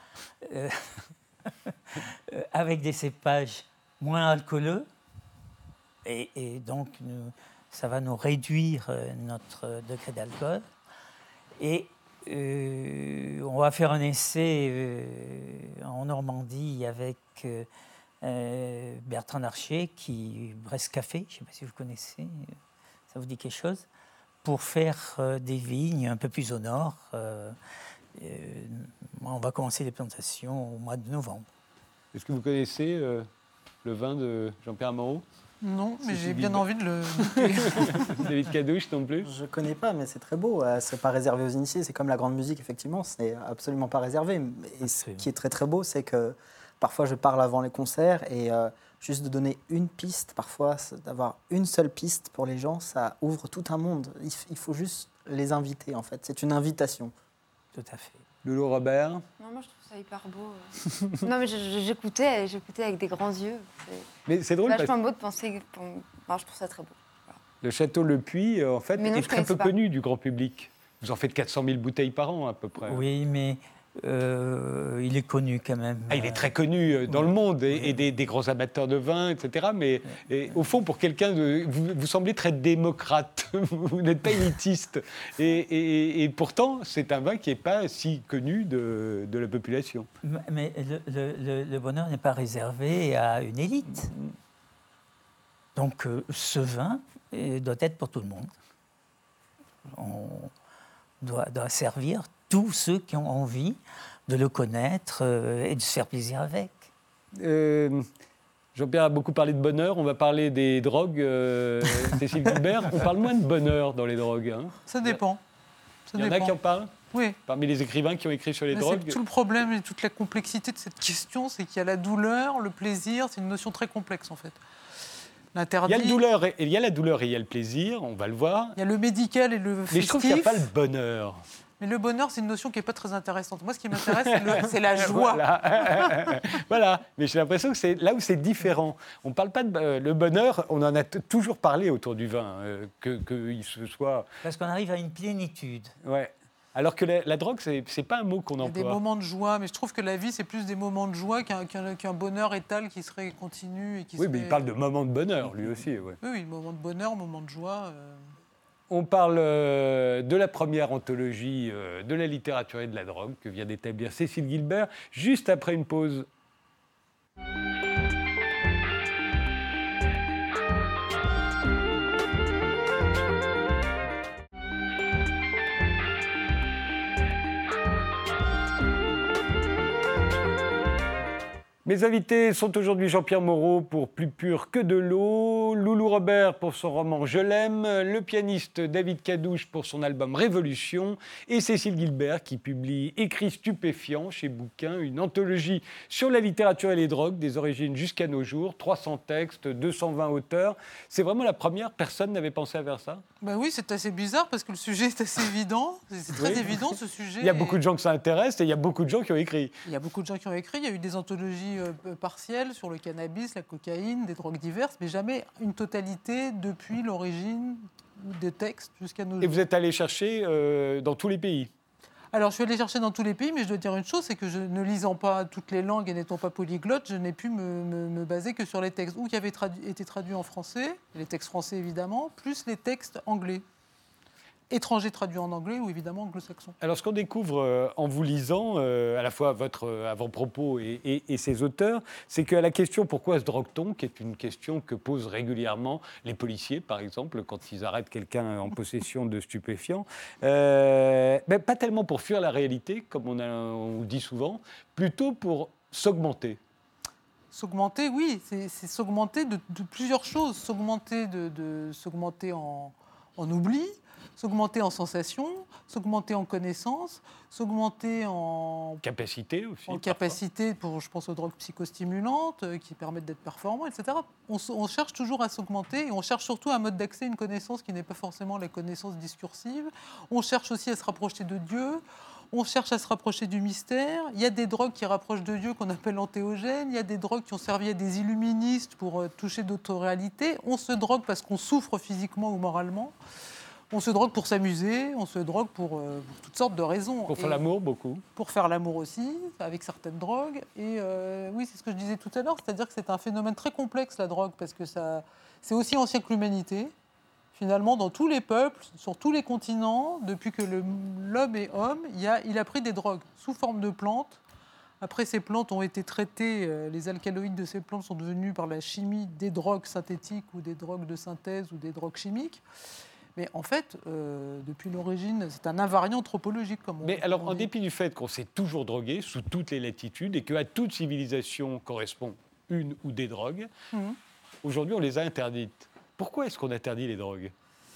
[SPEAKER 5] avec des cépages moins alcooleux. Et donc, ça va nous réduire notre degré d'alcool. Et on va faire un essai en Normandie avec Bertrand Archer, qui Bresse Café, je ne sais pas si vous connaissez, ça vous dit quelque chose, pour faire des vignes un peu plus au nord. On va commencer les plantations au mois de novembre.
[SPEAKER 1] Est-ce que vous connaissez le vin de Jean-Pierre Amoraux?
[SPEAKER 4] Non, mais j'ai bien envie de le...
[SPEAKER 1] David Cadouche non plus?
[SPEAKER 3] Je ne connais pas, mais c'est très beau. C'est pas réservé aux initiés. C'est comme la grande musique, effectivement. C'est absolument pas réservé. Et ce qui est très très beau, c'est que parfois je parle avant les concerts et juste de donner une piste, parfois d'avoir une seule piste pour les gens, ça ouvre tout un monde. Il faut juste les inviter, en fait. C'est une invitation.
[SPEAKER 5] Tout à fait.
[SPEAKER 1] Loulou Robert?
[SPEAKER 2] Non, moi, je trouve ça hyper beau. Non, mais j'écoutais avec des grands yeux.
[SPEAKER 1] Mais c'est drôle
[SPEAKER 2] parce que... vachement beau de penser... je trouve ça très beau. Voilà.
[SPEAKER 1] Le Château Le Puy, en fait,
[SPEAKER 2] non,
[SPEAKER 1] est très peu connu du grand public. Vous en faites 400 000 bouteilles par an, à peu près.
[SPEAKER 5] Oui, mais il est connu quand même.
[SPEAKER 1] Il est très connu dans le monde, et des grands amateurs de vin, etc. Mais au fond, pour quelqu'un vous semblez très démocrate, vous n'êtes pas élitiste. Et pourtant, c'est un vin qui n'est pas si connu de la population.
[SPEAKER 5] Mais le bonheur n'est pas réservé à une élite. Donc ce vin doit être pour tout le monde. On doit servir tous ceux qui ont envie de le connaître et de se faire plaisir avec.
[SPEAKER 1] Jean-Pierre a beaucoup parlé de bonheur, on va parler des drogues. Cécile Guilbert, on parle moins de bonheur dans les drogues. Hein.
[SPEAKER 4] Ça dépend.
[SPEAKER 1] Il y en a qui en parlent?
[SPEAKER 4] Oui.
[SPEAKER 1] Parmi les écrivains qui ont écrit sur les drogues?
[SPEAKER 4] Tout le problème et toute la complexité de cette question, c'est qu'il y a la douleur, le plaisir, c'est une notion très complexe en fait. L'interdit.
[SPEAKER 1] Il y a la douleur et il y a le plaisir, on va le voir.
[SPEAKER 4] Il y a le médical et le festif.
[SPEAKER 1] Mais je trouve qu'il n'y a pas le bonheur.
[SPEAKER 4] Mais le bonheur, c'est une notion qui n'est pas très intéressante. Moi, ce qui m'intéresse, c'est la joie.
[SPEAKER 1] Voilà. Mais j'ai l'impression que c'est là où c'est différent. On ne parle pas de le bonheur, on en a toujours parlé autour du vin, qu'il se soit...
[SPEAKER 5] Parce qu'on arrive à une plénitude.
[SPEAKER 1] Ouais. Alors que la drogue, c'est pas un mot qu'on
[SPEAKER 4] Il y a
[SPEAKER 1] emploie.
[SPEAKER 4] des moments de joie, mais je trouve que la vie, c'est plus des moments de joie qu'un bonheur étal qui serait continu. Et qui
[SPEAKER 1] Oui,
[SPEAKER 4] serait...
[SPEAKER 1] mais il parle de moments de bonheur, lui aussi. Ouais.
[SPEAKER 4] Oui, moment de bonheur, moment de joie.
[SPEAKER 1] On parle de la première anthologie de la littérature et de la drogue que vient d'établir Cécile Gilbert, juste après une pause. Mes invités sont aujourd'hui Jean-Pierre Moreau pour Plus pur que de l'eau, Loulou Robert pour son roman Je l'aime, le pianiste David Cadouche pour son album Révolution et Cécile Gilbert qui publie Écrits stupéfiants chez Bouquin, une anthologie sur la littérature et les drogues des origines jusqu'à nos jours, 300 textes, 220 auteurs. C'est vraiment la première, personne n'avait pensé à faire ça?
[SPEAKER 4] Ben oui, c'est assez bizarre parce que le sujet est assez évident. C'est très évident ce sujet.
[SPEAKER 1] Il y a beaucoup de gens que ça intéresse et il y a beaucoup de gens qui ont écrit.
[SPEAKER 4] Il y a beaucoup de gens qui ont écrit. Il y a eu des anthologies partielles sur le cannabis, la cocaïne, des drogues diverses, mais jamais une totalité depuis l'origine des textes jusqu'à nos jours.
[SPEAKER 1] Et vous êtes allé chercher dans tous les pays?
[SPEAKER 4] Alors, je suis allé chercher dans tous les pays, mais je dois dire une chose, c'est que je, ne lisant pas toutes les langues et n'étant pas polyglotte, je n'ai pu me baser que sur les textes ou qui avaient été traduits en français, les textes français évidemment, plus les textes anglais. Étrangers traduits en anglais ou évidemment anglo-saxons.
[SPEAKER 1] Alors, ce qu'on découvre en vous lisant, à la fois votre avant-propos et ses auteurs, c'est qu'à la question « Pourquoi se drogue-t-on ?», qui est une question que posent régulièrement les policiers, par exemple, quand ils arrêtent quelqu'un en possession de stupéfiants, pas tellement pour fuir la réalité, comme on dit souvent, plutôt pour s'augmenter.
[SPEAKER 4] S'augmenter, oui, c'est s'augmenter de plusieurs choses. S'augmenter s'augmenter en oubli, s'augmenter en sensations, s'augmenter en connaissances, s'augmenter en
[SPEAKER 1] capacité aussi.
[SPEAKER 4] En capacité, je pense aux drogues psychostimulantes qui permettent d'être performants, etc. On cherche toujours à s'augmenter et on cherche surtout un mode d'accès à une connaissance qui n'est pas forcément la connaissance discursive. On cherche aussi à se rapprocher de Dieu. On cherche à se rapprocher du mystère. Il y a des drogues qui rapprochent de Dieu qu'on appelle antéogènes. Il y a des drogues qui ont servi à des illuministes pour toucher d'autres réalités. On se drogue parce qu'on souffre physiquement ou moralement. On se drogue pour s'amuser. On se drogue pour toutes sortes de raisons.
[SPEAKER 1] Pour faire l'amour, beaucoup.
[SPEAKER 4] Pour faire l'amour aussi, avec certaines drogues. Et oui, c'est ce que je disais tout à l'heure. C'est-à-dire que c'est un phénomène très complexe, la drogue, parce que c'est aussi ancien que l'humanité. Finalement, dans tous les peuples, sur tous les continents, depuis que l'homme est homme, il a pris des drogues sous forme de plantes. Après, ces plantes ont été traitées, les alcaloïdes de ces plantes sont devenus par la chimie des drogues synthétiques ou des drogues de synthèse ou des drogues chimiques. Mais en fait, depuis l'origine, c'est un invariant anthropologique.
[SPEAKER 1] Mais alors, en dépit du fait qu'on s'est toujours drogué sous toutes les latitudes et qu'à toute civilisation correspond une ou des drogues, aujourd'hui, on les a interdites. Pourquoi est-ce qu'on interdit les drogues ?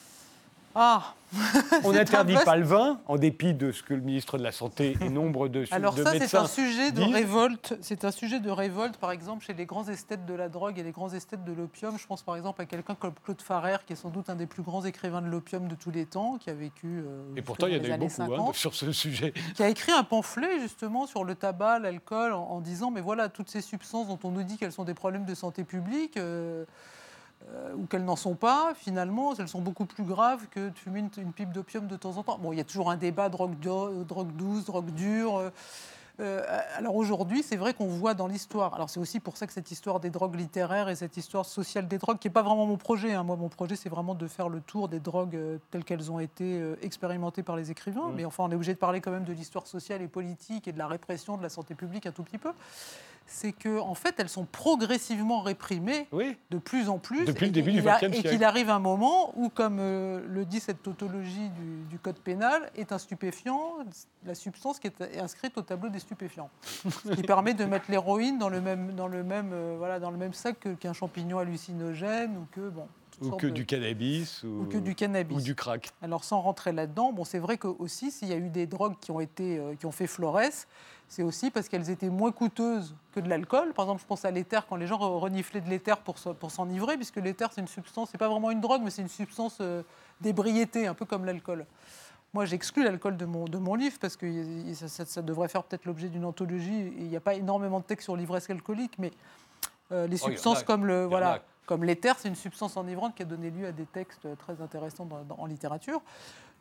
[SPEAKER 1] On n'interdit pas le vin, en dépit de ce que le ministre de la Santé et nombre de médecins...
[SPEAKER 4] Alors ça, c'est un sujet de révolte. C'est un sujet de révolte, par exemple, chez les grands esthètes de la drogue et les grands esthètes de l'opium. Je pense par exemple à quelqu'un comme Claude Farrer, qui est sans doute un des plus grands écrivains de l'opium de tous les temps, qui a vécu
[SPEAKER 1] et pourtant, il y en a eu beaucoup
[SPEAKER 4] 50,
[SPEAKER 1] sur ce sujet.
[SPEAKER 4] Qui a écrit un pamphlet, justement, sur le tabac, l'alcool, en disant, mais voilà, toutes ces substances dont on nous dit qu'elles sont des problèmes de santé publique... ou qu'elles n'en sont pas, finalement, elles sont beaucoup plus graves que de fumer une pipe d'opium de temps en temps. Bon, il y a toujours un débat, drogue douce, drogue dure. Alors aujourd'hui, c'est vrai qu'on voit dans l'histoire, alors c'est aussi pour ça que cette histoire des drogues littéraires et cette histoire sociale des drogues, qui n'est pas vraiment mon projet, Moi, mon projet, c'est vraiment de faire le tour des drogues telles qu'elles ont été expérimentées par les écrivains. Mais enfin, on est obligé de parler quand même de l'histoire sociale et politique et de la répression de la santé publique un tout petit peu. C'est qu'en fait, elles sont progressivement réprimées de plus en plus.
[SPEAKER 1] Depuis le début du XXe siècle.
[SPEAKER 4] Et qu'il arrive un moment où, comme le dit cette tautologie du Code pénal, est un stupéfiant, la substance qui est inscrite au tableau des stupéfiants. Ce qui permet de mettre l'héroïne dans le même sac qu'un champignon hallucinogène
[SPEAKER 1] ou que du cannabis ou du crack.
[SPEAKER 4] Alors sans rentrer là-dedans, c'est vrai que aussi s'il y a eu des drogues qui ont fait florès, c'est aussi parce qu'elles étaient moins coûteuses que de l'alcool. Par exemple, je pense à l'éther, quand les gens reniflaient de l'éther pour s'enivrer, puisque l'éther, c'est une substance, c'est pas vraiment une drogue, mais c'est une substance d'ébriété, un peu comme l'alcool. Moi, j'exclus l'alcool de mon livre, parce que ça devrait faire peut-être l'objet d'une anthologie. Il n'y a pas énormément de textes sur l'ivresse alcoolique, mais les substances comme l'éther, c'est une substance enivrante qui a donné lieu à des textes très intéressants en littérature.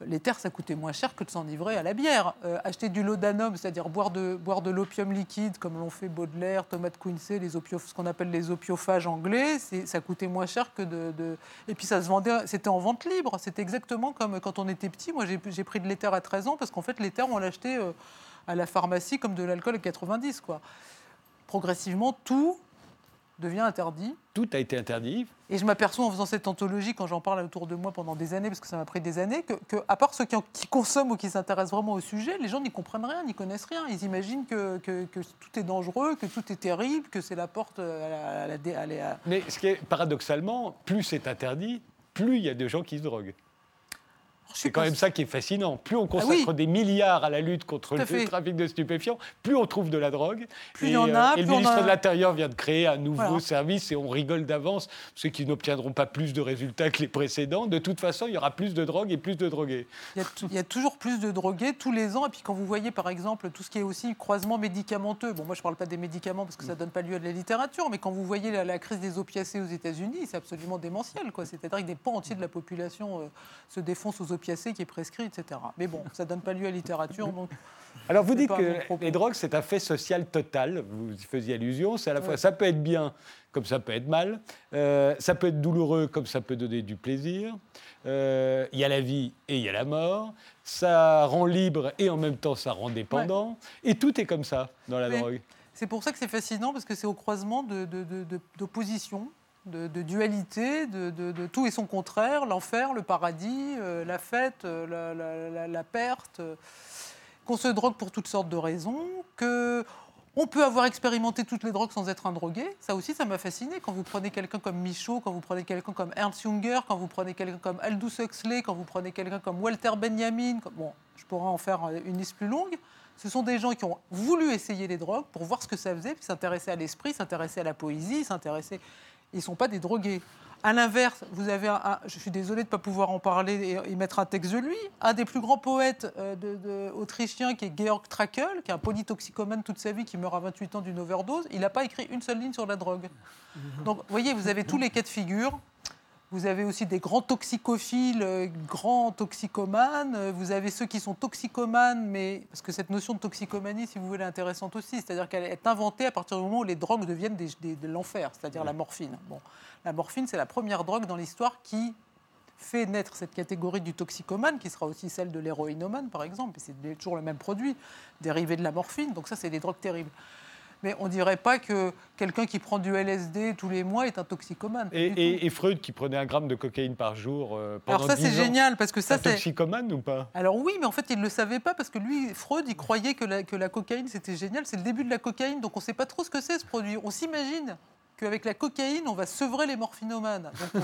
[SPEAKER 4] l'éther, ça coûtait moins cher que de s'enivrer à la bière. Acheter du laudanum, c'est-à-dire boire de l'opium liquide, comme l'ont fait Baudelaire, Thomas de Quincey, ce qu'on appelle les opiophages anglais, ça coûtait moins cher que de... Et puis ça se vendait, c'était en vente libre. C'était exactement comme quand on était petit. Moi, j'ai pris de l'éther à 13 ans, parce qu'en fait, l'éther, on l'achetait à la pharmacie comme de l'alcool à 90, quoi. Progressivement, tout devient interdit.
[SPEAKER 1] Tout a été interdit.
[SPEAKER 4] Et je m'aperçois en faisant cette anthologie, quand j'en parle autour de moi pendant des années, parce que ça m'a pris des années, que à part ceux qui consomment ou qui s'intéressent vraiment au sujet, les gens n'y comprennent rien, n'y connaissent rien. Ils imaginent que tout est dangereux, que tout est terrible, que c'est la porte à la...
[SPEAKER 1] Mais ce qui est paradoxalement, plus c'est interdit, plus il y a de gens qui se droguent. C'est quand même ça qui est fascinant. Plus on consacre des milliards à la lutte contre le trafic de stupéfiants, plus on trouve de la drogue.
[SPEAKER 4] Plus il y en a,
[SPEAKER 1] et le ministre de l'Intérieur vient de créer un nouveau service et on rigole d'avance, ceux qui n'obtiendront pas plus de résultats que les précédents. De toute façon, il y aura plus de drogue et plus de drogués.
[SPEAKER 4] Il y a toujours plus de drogués tous les ans. Et puis quand vous voyez, par exemple, tout ce qui est aussi croisement médicamenteux, bon, moi je ne parle pas des médicaments parce que ça ne donne pas lieu à de la littérature, mais quand vous voyez la crise des opiacés aux États-Unis, c'est absolument démentiel, quoi. C'est-à-dire que des pans entiers de la population se défoncent aux opiacés qui est prescrit, etc. Mais bon, ça ne donne pas lieu à littérature. Donc
[SPEAKER 1] alors vous dites que les drogues, c'est un fait social total. Vous y faisiez allusion. C'est à la fois, ça peut être bien comme ça peut être mal. Ça peut être douloureux comme ça peut donner du plaisir. Il y a la vie et il y a la mort. Ça rend libre et en même temps ça rend dépendant. Et tout est comme ça dans la drogue.
[SPEAKER 4] C'est pour ça que c'est fascinant, parce que c'est au croisement d'opposition, de dualité, de tout et son contraire, l'enfer, le paradis, la fête, la perte, qu'on se drogue pour toutes sortes de raisons, qu'on peut avoir expérimenté toutes les drogues sans être un drogué. Ça aussi, ça m'a fasciné. Quand vous prenez quelqu'un comme Michaud, quand vous prenez quelqu'un comme Ernst Jünger, quand vous prenez quelqu'un comme Aldous Huxley, quand vous prenez quelqu'un comme Walter Benjamin, bon, je pourrais en faire une liste plus longue. Ce sont des gens qui ont voulu essayer les drogues pour voir ce que ça faisait, puis s'intéresser à l'esprit, s'intéresser à la poésie, Ils ne sont pas des drogués. À l'inverse, vous avez je suis désolée de ne pas pouvoir en parler et mettre un texte de lui, un des plus grands poètes autrichiens qui est Georg Trakl, qui est un polytoxicomane toute sa vie, qui meurt à 28 ans d'une overdose. Il n'a pas écrit une seule ligne sur la drogue. Donc, vous voyez, vous avez tous les cas de figure. Vous avez aussi des grands toxicophiles, grands toxicomanes. Vous avez ceux qui sont toxicomanes, mais parce que cette notion de toxicomanie, si vous voulez, est intéressante aussi. C'est-à-dire qu'elle est inventée à partir du moment où les drogues deviennent de l'enfer, c'est-à-dire la morphine. Bon. La morphine, c'est la première drogue dans l'histoire qui fait naître cette catégorie du toxicomane, qui sera aussi celle de l'héroïnomane, par exemple. Et c'est toujours le même produit, dérivé de la morphine. Donc ça, c'est des drogues terribles. Mais on ne dirait pas que quelqu'un qui prend du LSD tous les mois est un toxicomane.
[SPEAKER 1] Et Freud qui prenait 1 gramme de cocaïne par jour pendant 10 ans.
[SPEAKER 4] Alors ça, c'est génial, parce que ça,
[SPEAKER 1] c'est... toxicomane ou pas?
[SPEAKER 4] Alors oui, mais en fait, il ne le savait pas, parce que lui, Freud, il croyait que la cocaïne, c'était génial. C'est le début de la cocaïne, donc on ne sait pas trop ce que c'est, ce produit. On s'imagine qu'avec la cocaïne, on va sevrer les morphinomanes. Donc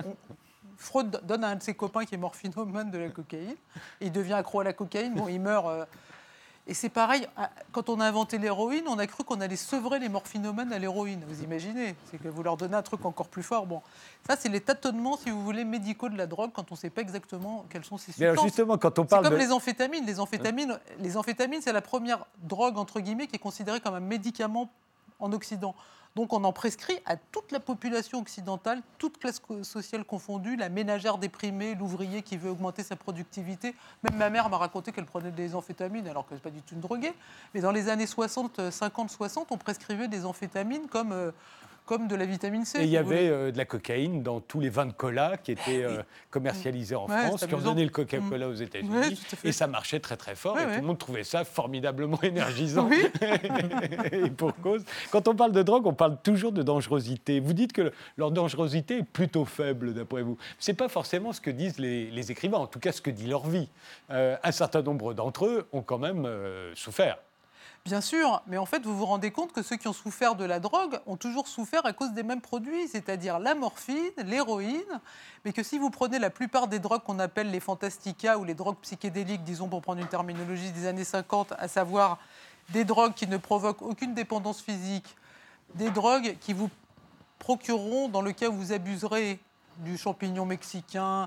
[SPEAKER 4] Freud donne à un de ses copains qui est morphinomane de la cocaïne. Et il devient accro à la cocaïne. Bon, il meurt... Et c'est pareil, quand on a inventé l'héroïne, on a cru qu'on allait sevrer les morphinomanes à l'héroïne. Vous imaginez? C'est que vous leur donnez un truc encore plus fort. Bon, ça, c'est les tâtonnements, si vous voulez, médicaux de la drogue, quand on ne sait pas exactement quelles sont ces substances.
[SPEAKER 1] Mais alors justement, quand on parle
[SPEAKER 4] c'est comme les amphétamines. Les amphétamines, c'est la première drogue, entre guillemets, qui est considérée comme un médicament en Occident. Donc on en prescrit à toute la population occidentale, toute classe sociale confondue, la ménagère déprimée, l'ouvrier qui veut augmenter sa productivité. Même ma mère m'a raconté qu'elle prenait des amphétamines, alors que ce n'est pas du tout une droguée. Mais dans les années 50-60, on prescrivait des amphétamines comme de la vitamine C.
[SPEAKER 1] Et il y avait de la cocaïne dans tous les vins de cola qui étaient commercialisés en France, qui ont donné le Coca-Cola aux États-Unis. Et ça marchait très très fort. Et tout le monde trouvait ça formidablement énergisant. Et pour cause. Quand on parle de drogue, on parle toujours de dangerosité. Vous dites que leur dangerosité est plutôt faible, d'après vous. Ce n'est pas forcément ce que disent les écrivains, en tout cas ce que dit leur vie. Un certain nombre d'entre eux ont quand même souffert.
[SPEAKER 4] Bien sûr, mais en fait, vous vous rendez compte que ceux qui ont souffert de la drogue ont toujours souffert à cause des mêmes produits, c'est-à-dire la morphine, l'héroïne, mais que si vous prenez la plupart des drogues qu'on appelle les fantastica ou les drogues psychédéliques, disons pour prendre une terminologie des années 50, à savoir des drogues qui ne provoquent aucune dépendance physique, des drogues qui vous procureront, dans le cas où vous abuserez du champignon mexicain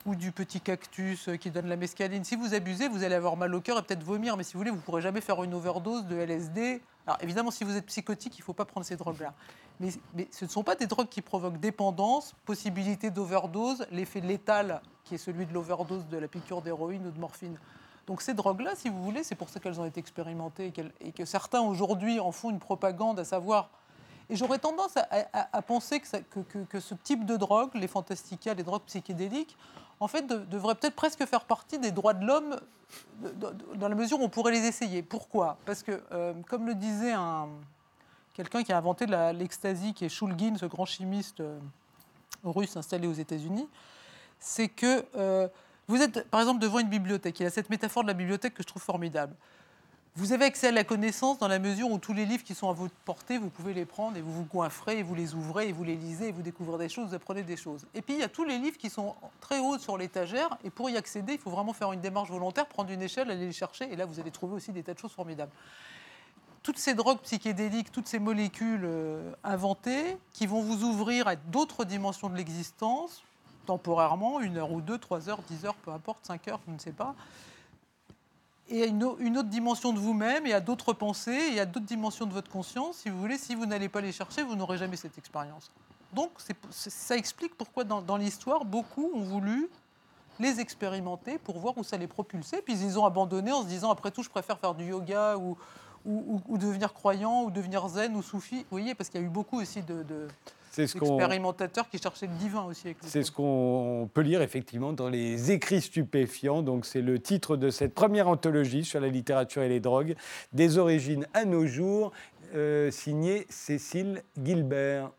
[SPEAKER 4] ou du petit cactus qui donne la mescaline. Si vous abusez, vous allez avoir mal au cœur et peut-être vomir, mais si vous voulez, vous ne pourrez jamais faire une overdose de LSD. Alors évidemment, si vous êtes psychotique, il ne faut pas prendre ces drogues-là. Mais ce ne sont pas des drogues qui provoquent dépendance, possibilité d'overdose, l'effet létal qui est celui de l'overdose de la piqûre d'héroïne ou de morphine. Donc ces drogues-là, si vous voulez, c'est pour ça qu'elles ont été expérimentées et que certains aujourd'hui en font une propagande, à savoir... Et j'aurais tendance à penser que ce type de drogue, les fantasticas, les drogues psychédéliques, en fait, devraient peut-être presque faire partie des droits de l'homme dans la mesure où on pourrait les essayer. Pourquoi ? Parce que, comme le disait quelqu'un qui a inventé l'ecstasy, qui est Shulgin, ce grand chimiste russe installé aux États-Unis, c'est que vous êtes, par exemple, devant une bibliothèque. Il y a cette métaphore de la bibliothèque que je trouve formidable. Vous avez accès à la connaissance dans la mesure où tous les livres qui sont à votre portée, vous pouvez les prendre et vous vous goinfrez, et vous les ouvrez, et vous les lisez, et vous découvrez des choses, vous apprenez des choses. Et puis, il y a tous les livres qui sont très hauts sur l'étagère, et pour y accéder, il faut vraiment faire une démarche volontaire, prendre une échelle, aller les chercher, et là, vous allez trouver aussi des tas de choses formidables. Toutes ces drogues psychédéliques, toutes ces molécules inventées, qui vont vous ouvrir à d'autres dimensions de l'existence, temporairement, 1 heure ou 2, 3 heures, 10 heures, peu importe, 5 heures, je ne sais pas, et à une autre dimension de vous-même, et à d'autres pensées, et à d'autres dimensions de votre conscience. Si vous voulez, si vous n'allez pas les chercher, vous n'aurez jamais cette expérience. Donc, ça explique pourquoi, dans l'histoire, beaucoup ont voulu les expérimenter pour voir où ça les propulsait. Puis ils ont abandonné en se disant, après tout, je préfère faire du yoga ou devenir croyant, ou devenir zen ou soufi. Vous voyez, parce qu'il y a eu beaucoup aussi d'expérimentateurs qui cherchaient le divin aussi.
[SPEAKER 1] C'est ce qu'on peut lire effectivement dans les écrits stupéfiants. Donc c'est le titre de cette première anthologie sur la littérature et les drogues, des origines à nos jours, signé Cécile Gilbert.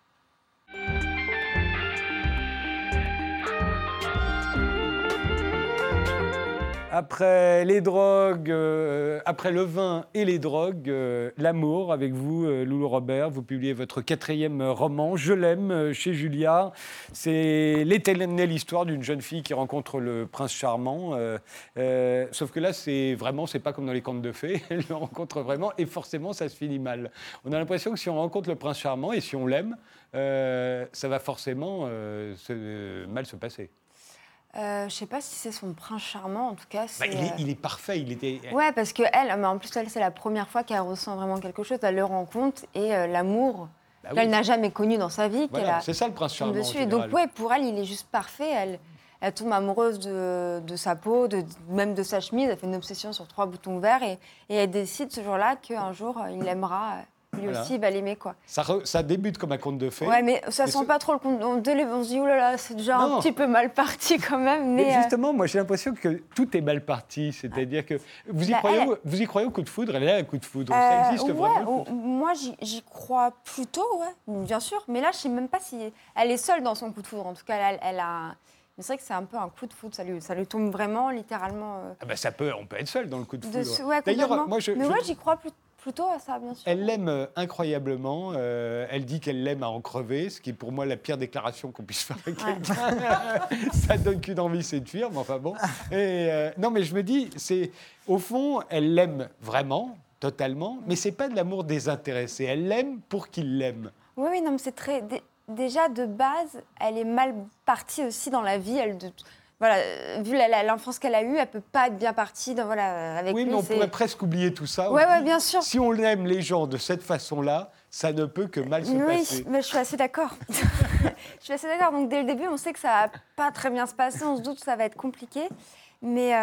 [SPEAKER 1] Après les drogues, après le vin et les drogues, l'amour avec vous, Loulou Robert. Vous publiez votre 4e roman, Je l'aime, chez Julliard. C'est l'éternelle histoire d'une jeune fille qui rencontre le prince charmant. Sauf que là, c'est pas comme dans les contes de fées. Elle le rencontre vraiment et forcément, ça se finit mal. On a l'impression que si on rencontre le prince charmant et si on l'aime, ça va forcément mal se passer.
[SPEAKER 2] Je sais pas si c'est son prince charmant, en tout cas.
[SPEAKER 1] Il est parfait, il était...
[SPEAKER 2] Ouais, parce qu'elle, mais en plus, elle, c'est la première fois qu'elle ressent vraiment quelque chose. Elle le rencontre et l'amour qu'elle n'a jamais connu dans sa vie.
[SPEAKER 1] Voilà, c'est ça le prince charmant.
[SPEAKER 2] Et donc, ouais, pour elle, il est juste parfait. Elle tombe amoureuse de sa peau, même de sa chemise. Elle fait une obsession sur 3 boutons verts et elle décide ce jour-là qu'un jour, il l'aimera. Lui aussi, il va l'aimer, quoi.
[SPEAKER 1] Ça débute comme un conte de fées.
[SPEAKER 2] Ouais, mais ça sent pas trop le conte. On se dit, oh là là, c'est déjà un petit peu mal parti quand même.
[SPEAKER 1] Mais justement, moi, j'ai l'impression que tout est mal parti. C'est-à-dire que vous y croyez au coup de foudre. Elle a un coup de foudre. Ça existe vraiment.
[SPEAKER 2] Moi, j'y crois plutôt, ouais, bien sûr. Mais là, je sais même pas si elle est seule dans son coup de foudre. En tout cas, elle a. Mais c'est vrai que c'est un peu un coup de foudre. Ça lui tombe vraiment, littéralement.
[SPEAKER 1] Ah ben on peut être seul dans le coup de foudre.
[SPEAKER 2] Ouais,
[SPEAKER 1] d'ailleurs, moi,
[SPEAKER 2] j'y crois plutôt à ça, bien sûr.
[SPEAKER 1] Elle l'aime incroyablement. Elle dit qu'elle l'aime à en crever, ce qui est pour moi la pire déclaration qu'on puisse faire avec quelqu'un. Ça donne qu'une envie, c'est de fuir, mais enfin bon. Non, mais je me dis, au fond, elle l'aime vraiment, totalement, mais c'est pas de l'amour désintéressé. Elle l'aime pour qu'il l'aime.
[SPEAKER 2] Oui, non, mais c'est très... Déjà, de base, elle est mal partie aussi dans la vie. Voilà, vu l'enfance qu'elle a eue, elle ne peut pas être bien partie avec lui.
[SPEAKER 1] Oui, mais on pourrait presque oublier tout ça.
[SPEAKER 2] Oui, bien sûr.
[SPEAKER 1] Si on aime les gens de cette façon-là, ça ne peut que mal se passer.
[SPEAKER 2] Oui, mais je suis assez d'accord. Donc, dès le début, on sait que ça ne va pas très bien se passer. On se doute que ça va être compliqué. Mais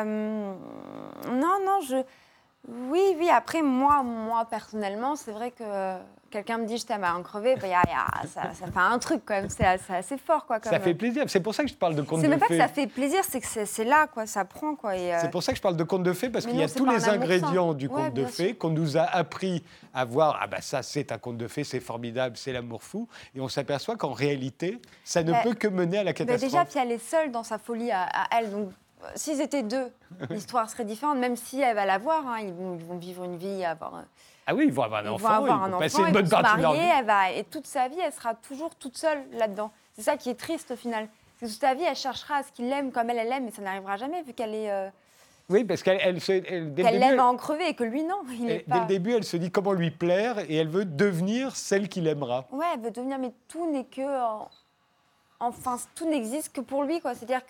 [SPEAKER 2] Oui, après, moi personnellement, c'est vrai que quelqu'un me dit « je t'aime à en crever », ça fait un truc quand même, c'est assez fort. Quoi,
[SPEAKER 1] ça fait plaisir, c'est pour ça que je parle de contes de fées.
[SPEAKER 2] C'est même pas que ça fait plaisir, c'est que c'est là, quoi, ça prend. Quoi,
[SPEAKER 1] C'est pour ça que je parle de contes de fées, parce qu'il y a tous les ingrédients du conte de fées qu'on nous a appris à voir. Ah ben ça, c'est un conte de fées, c'est formidable, c'est l'amour fou. Et on s'aperçoit qu'en réalité, ça ne peut que mener à la catastrophe.
[SPEAKER 2] Déjà, puis elle est seule dans sa folie à elle, donc... S'ils étaient 2, l'histoire serait différente, même si elle va l'avoir. Ils vont vivre une vie, avoir...
[SPEAKER 1] Ah oui, ils vont avoir un enfant, ils vont passer une bonne partie de leur vie.
[SPEAKER 2] Et toute sa vie, elle sera toujours toute seule là-dedans. C'est ça qui est triste au final. C'est que toute sa vie, elle cherchera à ce qu'il l'aime comme elle aime, mais ça n'arrivera jamais vu qu'elle est...
[SPEAKER 1] Oui, parce qu'elle
[SPEAKER 2] l'aime à en crever et que lui, non.
[SPEAKER 1] Dès le début, elle se dit comment lui plaire et elle veut devenir celle qu'il aimera.
[SPEAKER 2] Ouais, elle veut devenir, mais tout n'est que... Enfin, tout n'existe que pour lui, quoi. C'est-à-dire que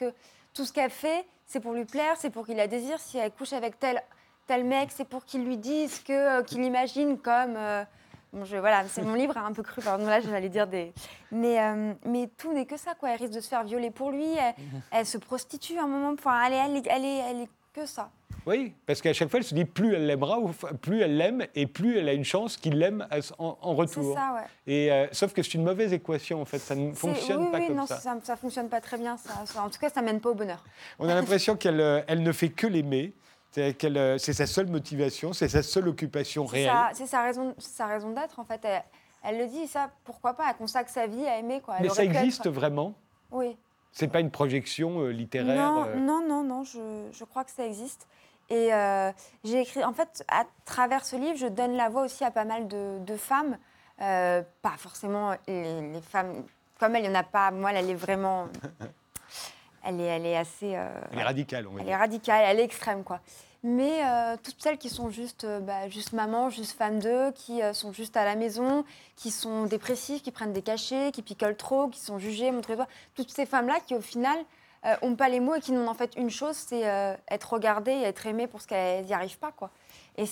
[SPEAKER 2] tout ce qu'elle fait, c'est pour lui plaire, c'est pour qu'il la désire. Si elle couche avec tel mec, c'est pour qu'il lui dise qu'il imagine comme... voilà, c'est mon livre un peu cru, pardon, là j'allais dire des... Mais tout n'est que ça, quoi. Elle risque de se faire violer pour lui, elle se prostitue à un moment, enfin, elle est que ça.
[SPEAKER 1] Oui, parce qu'à chaque fois, elle se dit plus elle l'aimera, plus elle l'aime, et plus elle a une chance qu'il l'aime en retour.
[SPEAKER 2] C'est ça, ouais.
[SPEAKER 1] Et, sauf que c'est une mauvaise équation, en fait, ça ne fonctionne pas comme
[SPEAKER 2] non,
[SPEAKER 1] ça.
[SPEAKER 2] ça ne fonctionne pas très bien, ça. En tout cas, ça ne mène pas au bonheur.
[SPEAKER 1] On a l'impression qu'elle ne fait que l'aimer. C'est sa seule motivation, c'est sa seule occupation réelle.
[SPEAKER 2] C'est sa raison d'être, en fait. Elle le dit, ça, pourquoi pas, elle consacre sa vie à aimer. Quoi.
[SPEAKER 1] Mais ça existe vraiment?
[SPEAKER 2] Oui.
[SPEAKER 1] C'est pas une projection littéraire?
[SPEAKER 2] Non, je crois que ça existe. Et j'ai écrit, en fait, à travers ce livre, je donne la voix aussi à pas mal de femmes. Pas forcément les femmes, comme elle, il n'y en a pas. Moi, elle est vraiment... Elle est assez...
[SPEAKER 1] Elle est radicale, on va dire.
[SPEAKER 2] Elle est radicale, elle est extrême, quoi. Mais toutes celles qui sont juste maman, juste femme d'eux, qui sont juste à la maison, qui sont dépressives, qui prennent des cachets, qui picolent trop, qui sont jugées, montrées doigts. Toutes ces femmes-là qui, au final, n'ont pas les mots et qui n'ont en fait une chose, c'est être regardées et être aimées pour ce qu'elles n'y arrivent pas, quoi. Et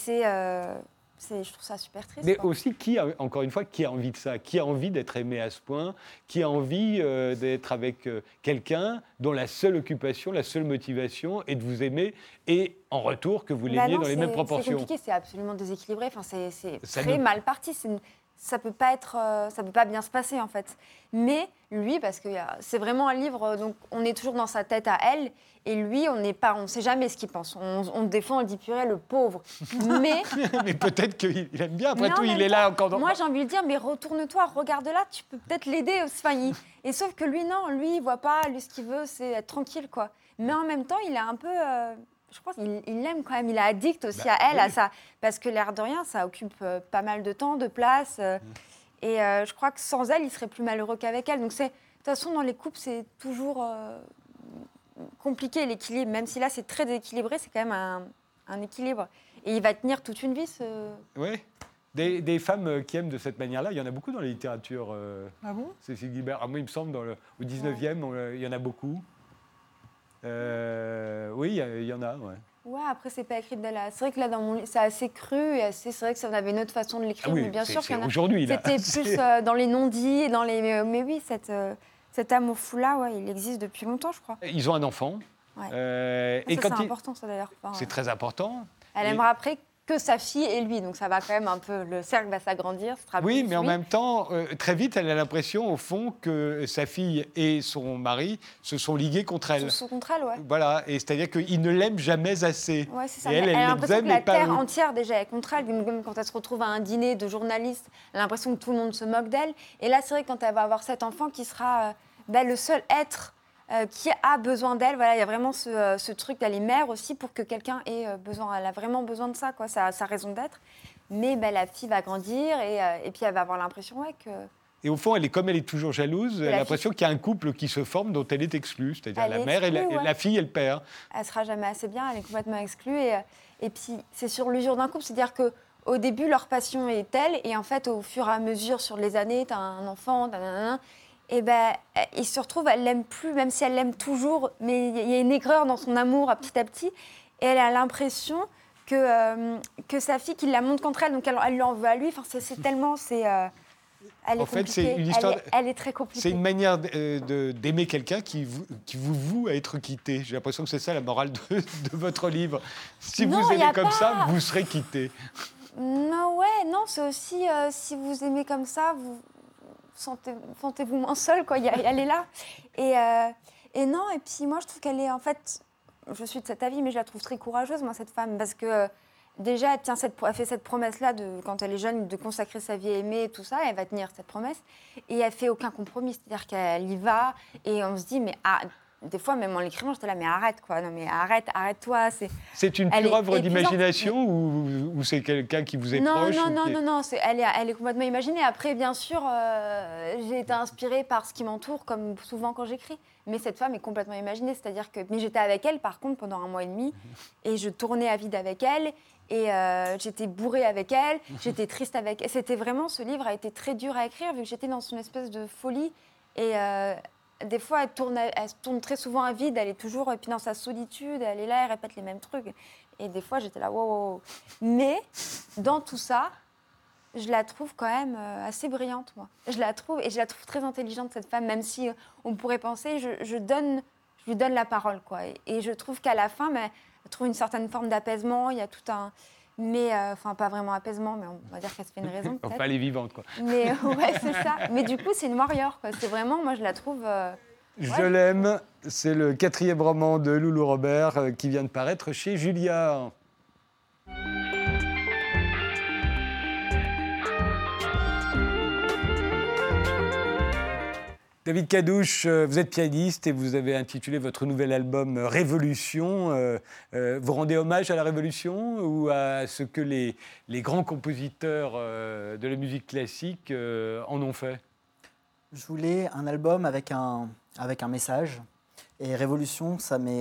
[SPEAKER 2] je trouve ça super triste.
[SPEAKER 1] Mais
[SPEAKER 2] quoi.
[SPEAKER 1] aussi, encore une fois, qui a envie de ça? Qui a envie d'être aimé à ce point? Qui a envie d'être avec quelqu'un dont la seule occupation, la seule motivation est de vous aimer et en retour que vous l'aimiez dans les mêmes proportions?
[SPEAKER 2] C'est compliqué, c'est absolument déséquilibré. Enfin, c'est
[SPEAKER 1] Ça
[SPEAKER 2] très mal parti. Ça peut pas bien se passer, en fait. Mais lui, parce que c'est vraiment un livre, donc on est toujours dans sa tête à elle, et lui, on sait jamais ce qu'il pense. Des fois, on dit purée, le pauvre. Mais
[SPEAKER 1] Mais peut-être qu'il aime bien. Après
[SPEAKER 2] mais
[SPEAKER 1] tout,
[SPEAKER 2] en
[SPEAKER 1] il
[SPEAKER 2] même
[SPEAKER 1] est là
[SPEAKER 2] temps,
[SPEAKER 1] encore dans...
[SPEAKER 2] Moi, j'ai envie de dire, mais retourne-toi, regarde-la, tu peux peut-être l'aider. Enfin, et sauf que lui, non, lui, il voit pas. Lui, ce qu'il veut, c'est être tranquille, quoi. Mais en même temps, il est un peu... je crois qu'il l'aime quand même. Il est addict aussi à elle,
[SPEAKER 1] oui.
[SPEAKER 2] à ça. Parce que l'air de rien, ça occupe pas mal de temps, de place. Et je crois que sans elle, il serait plus malheureux qu'avec elle. Donc, de toute façon, dans les couples, c'est toujours compliqué l'équilibre. Même si là, c'est très déséquilibré, c'est quand même un équilibre. Et il va tenir toute une vie,
[SPEAKER 1] Oui. Des femmes qui aiment de cette manière-là, il y en a beaucoup dans la littérature.
[SPEAKER 4] Ah bon?
[SPEAKER 1] Cécile Guilbert. Moi, il me semble, au 19e, il y en a beaucoup. Oui, il y en a, ouais.
[SPEAKER 2] Ouais, après, c'est pas écrit de la... C'est vrai que là, dans mon livre, c'est assez cru et assez... C'est vrai que ça, on avait une autre façon de l'écrire,
[SPEAKER 1] Ah oui,
[SPEAKER 2] mais bien sûr
[SPEAKER 1] c'est
[SPEAKER 2] qu'il y en a...
[SPEAKER 1] aujourd'hui, là.
[SPEAKER 2] C'était plus dans les non-dits et dans les... Mais oui, cet amour fou-là, ouais, il existe depuis longtemps, je crois.
[SPEAKER 1] Ils ont un enfant.
[SPEAKER 2] Ouais.
[SPEAKER 1] Et
[SPEAKER 2] Ça,
[SPEAKER 1] quand
[SPEAKER 2] c'est important, ça, d'ailleurs. Enfin,
[SPEAKER 1] c'est très important.
[SPEAKER 2] elle
[SPEAKER 1] Et-
[SPEAKER 2] aimera après que sa fille et lui, donc ça va quand même un peu... Le cercle va s'agrandir, ce sera
[SPEAKER 1] Oui,
[SPEAKER 2] plus
[SPEAKER 1] mais en
[SPEAKER 2] lui.
[SPEAKER 1] même temps, très vite, elle a l'impression, au fond, que sa fille et son mari se sont ligués contre elle.
[SPEAKER 2] Sous contre elle, ouais.
[SPEAKER 1] Voilà, et c'est-à-dire qu'ils ne l'aiment jamais assez.
[SPEAKER 2] Ouais, c'est ça.
[SPEAKER 1] Et elle
[SPEAKER 2] a
[SPEAKER 1] les
[SPEAKER 2] l'impression
[SPEAKER 1] aime,
[SPEAKER 2] que la
[SPEAKER 1] mais pas
[SPEAKER 2] terre
[SPEAKER 1] eux.
[SPEAKER 2] entière déjà est contre elle. Même quand elle se retrouve à un dîner de journalistes, elle a l'impression que tout le monde se moque d'elle. Et là, c'est vrai que quand elle va avoir cet enfant qui sera le seul être qui a besoin d'elle, voilà, il y a vraiment ce truc d'aller mère aussi pour que quelqu'un ait besoin. Elle a vraiment besoin de ça, quoi, sa raison d'être. Mais la fille va grandir et puis elle va avoir l'impression que...
[SPEAKER 1] Et au fond, comme elle est toujours jalouse, elle a l'impression qu'il y a un couple qui se forme dont elle est exclue, c'est-à-dire
[SPEAKER 2] Elle
[SPEAKER 1] la
[SPEAKER 2] est
[SPEAKER 1] mère et
[SPEAKER 2] exclue, ouais.
[SPEAKER 1] la fille et le père.
[SPEAKER 2] Elle sera jamais assez bien, elle est complètement exclue. Et puis, c'est sur l'usure d'un couple, c'est-à-dire qu'au début, leur passion est telle, et en fait, au fur et à mesure, sur les années, tu as un enfant, et il se retrouve, elle l'aime plus, même si elle l'aime toujours, mais il y a une aigreur dans son amour petit à petit, et elle a l'impression que sa fille, qu'il la montre contre elle, donc elle lui en veut à lui. Enfin, c'est tellement... Elle est
[SPEAKER 1] En fait, c'est
[SPEAKER 2] compliquée.
[SPEAKER 1] une histoire.
[SPEAKER 2] Elle est très compliquée.
[SPEAKER 1] C'est une manière d'aimer quelqu'un qui vous voue à être quitté. J'ai l'impression que c'est ça la morale de votre livre. Si
[SPEAKER 2] Non,
[SPEAKER 1] vous
[SPEAKER 2] y
[SPEAKER 1] aimez
[SPEAKER 2] a
[SPEAKER 1] comme
[SPEAKER 2] pas.
[SPEAKER 1] ça, vous serez quitté.
[SPEAKER 2] Non, c'est aussi si vous aimez comme ça, vous sentez-vous moins seul, quoi. Elle est là. Et non, et puis moi, je trouve qu'elle est, en fait, je suis de cet avis, mais je la trouve très courageuse, moi, cette femme, parce que déjà, elle fait cette promesse-là, quand elle est jeune, de consacrer sa vie à aimer et tout ça, elle va tenir cette promesse, et elle fait aucun compromis, c'est-à-dire qu'elle y va, et on se dit, mais des fois, même en l'écrivant, j'étais là, mais arrête, quoi. Non, mais arrête-toi.
[SPEAKER 1] C'est une
[SPEAKER 2] Elle
[SPEAKER 1] pure
[SPEAKER 2] est
[SPEAKER 1] œuvre
[SPEAKER 2] épuisante.
[SPEAKER 1] d'imagination ou c'est quelqu'un qui vous est proche?
[SPEAKER 2] Non. Elle est complètement imaginée. Après, bien sûr, j'ai été inspirée par ce qui m'entoure, comme souvent quand j'écris. Mais cette femme est complètement imaginée. C'est-à-dire que... Mais j'étais avec elle, par contre, pendant 1 mois et demi. Et je tournais à vide avec elle. Et j'étais bourrée avec elle. J'étais triste avec elle. C'était vraiment... Ce livre a été très dur à écrire, vu que j'étais dans une espèce de folie. des fois, elle se tourne très souvent à vide, elle est toujours puis dans sa solitude, elle est là, elle répète les mêmes trucs. Et des fois, j'étais là, wow. Mais dans tout ça, je la trouve quand même assez brillante, moi. Je la trouve très intelligente, cette femme, même si on pourrait penser, je lui donne la parole, quoi. Et je trouve qu'à la fin, elle trouve une certaine forme d'apaisement, il y a tout un... Mais, enfin, pas vraiment apaisement, mais on va dire qu'elle se fait une raison, peut-être.
[SPEAKER 1] Enfin, elle est vivante, quoi.
[SPEAKER 2] Mais ouais, c'est ça. Mais du coup, c'est une warrior, quoi. C'est vraiment, moi, je la trouve...
[SPEAKER 1] Je l'aime, c'est le 4e roman de Loulou Robert qui vient de paraître chez Julliard. David Cadouche, vous êtes pianiste et vous avez intitulé votre nouvel album Révolution. Vous rendez hommage à la Révolution ou à ce que les grands compositeurs de la musique classique en ont fait?
[SPEAKER 3] Je voulais un album avec un message. Et Révolution, ça m'est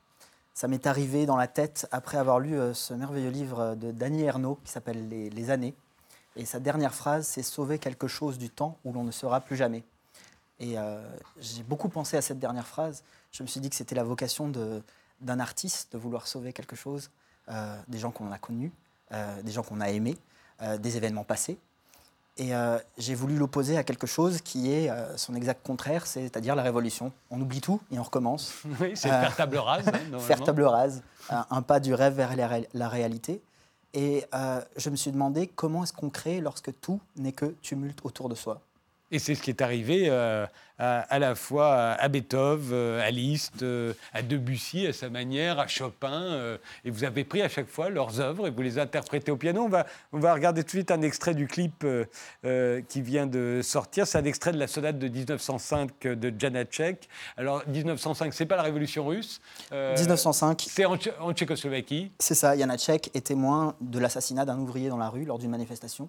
[SPEAKER 3] arrivé dans la tête après avoir lu ce merveilleux livre de Dany Ernaud qui s'appelle Les années. Et sa dernière phrase, c'est « Sauver quelque chose du temps où l'on ne sera plus jamais ». Et j'ai beaucoup pensé à cette dernière phrase. Je me suis dit que c'était la vocation d'un artiste de vouloir sauver quelque chose, des gens qu'on a connus, des gens qu'on a aimés, des événements passés. Et j'ai voulu l'opposer à quelque chose qui est son exact contraire, c'est-à-dire la révolution. On oublie tout et on recommence.
[SPEAKER 1] Oui, c'est faire table rase. Hein,
[SPEAKER 3] faire table rase, un pas du rêve vers la réalité. Et je me suis demandé comment est-ce qu'on crée lorsque tout n'est que tumulte autour de soi.
[SPEAKER 1] Et c'est ce qui est arrivé à la fois à Beethoven, à Liszt, à Debussy, à sa manière, à Chopin. Et vous avez pris à chaque fois leurs œuvres et vous les interprétez au piano. On va regarder tout de suite un extrait du clip qui vient de sortir. C'est un extrait de la sonate de 1905 de Janáček. Alors, 1905, c'est pas la Révolution russe.
[SPEAKER 3] 1905.
[SPEAKER 1] C'est en Tchécoslovaquie.
[SPEAKER 3] C'est ça. Janáček est témoin de l'assassinat d'un ouvrier dans la rue lors d'une manifestation.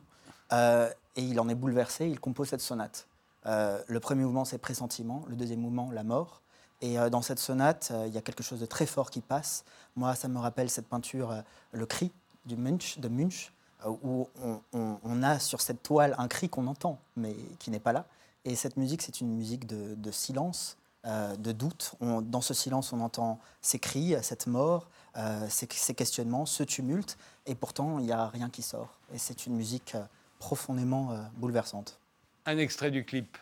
[SPEAKER 3] Et il en est bouleversé, il compose cette sonate. Le premier mouvement, c'est Pressentiment, le deuxième mouvement, La mort. Et dans cette sonate, il y a quelque chose de très fort qui passe. Moi, ça me rappelle cette peinture, Le cri de Munch, où on a sur cette toile un cri qu'on entend, mais qui n'est pas là. Et cette musique, c'est une musique de silence, de doute. Dans ce silence, on entend ces cris, cette mort, ces questionnements, ce tumulte. Et pourtant, il n'y a rien qui sort. Et c'est une musique... profondément bouleversante.
[SPEAKER 1] Un extrait du clip.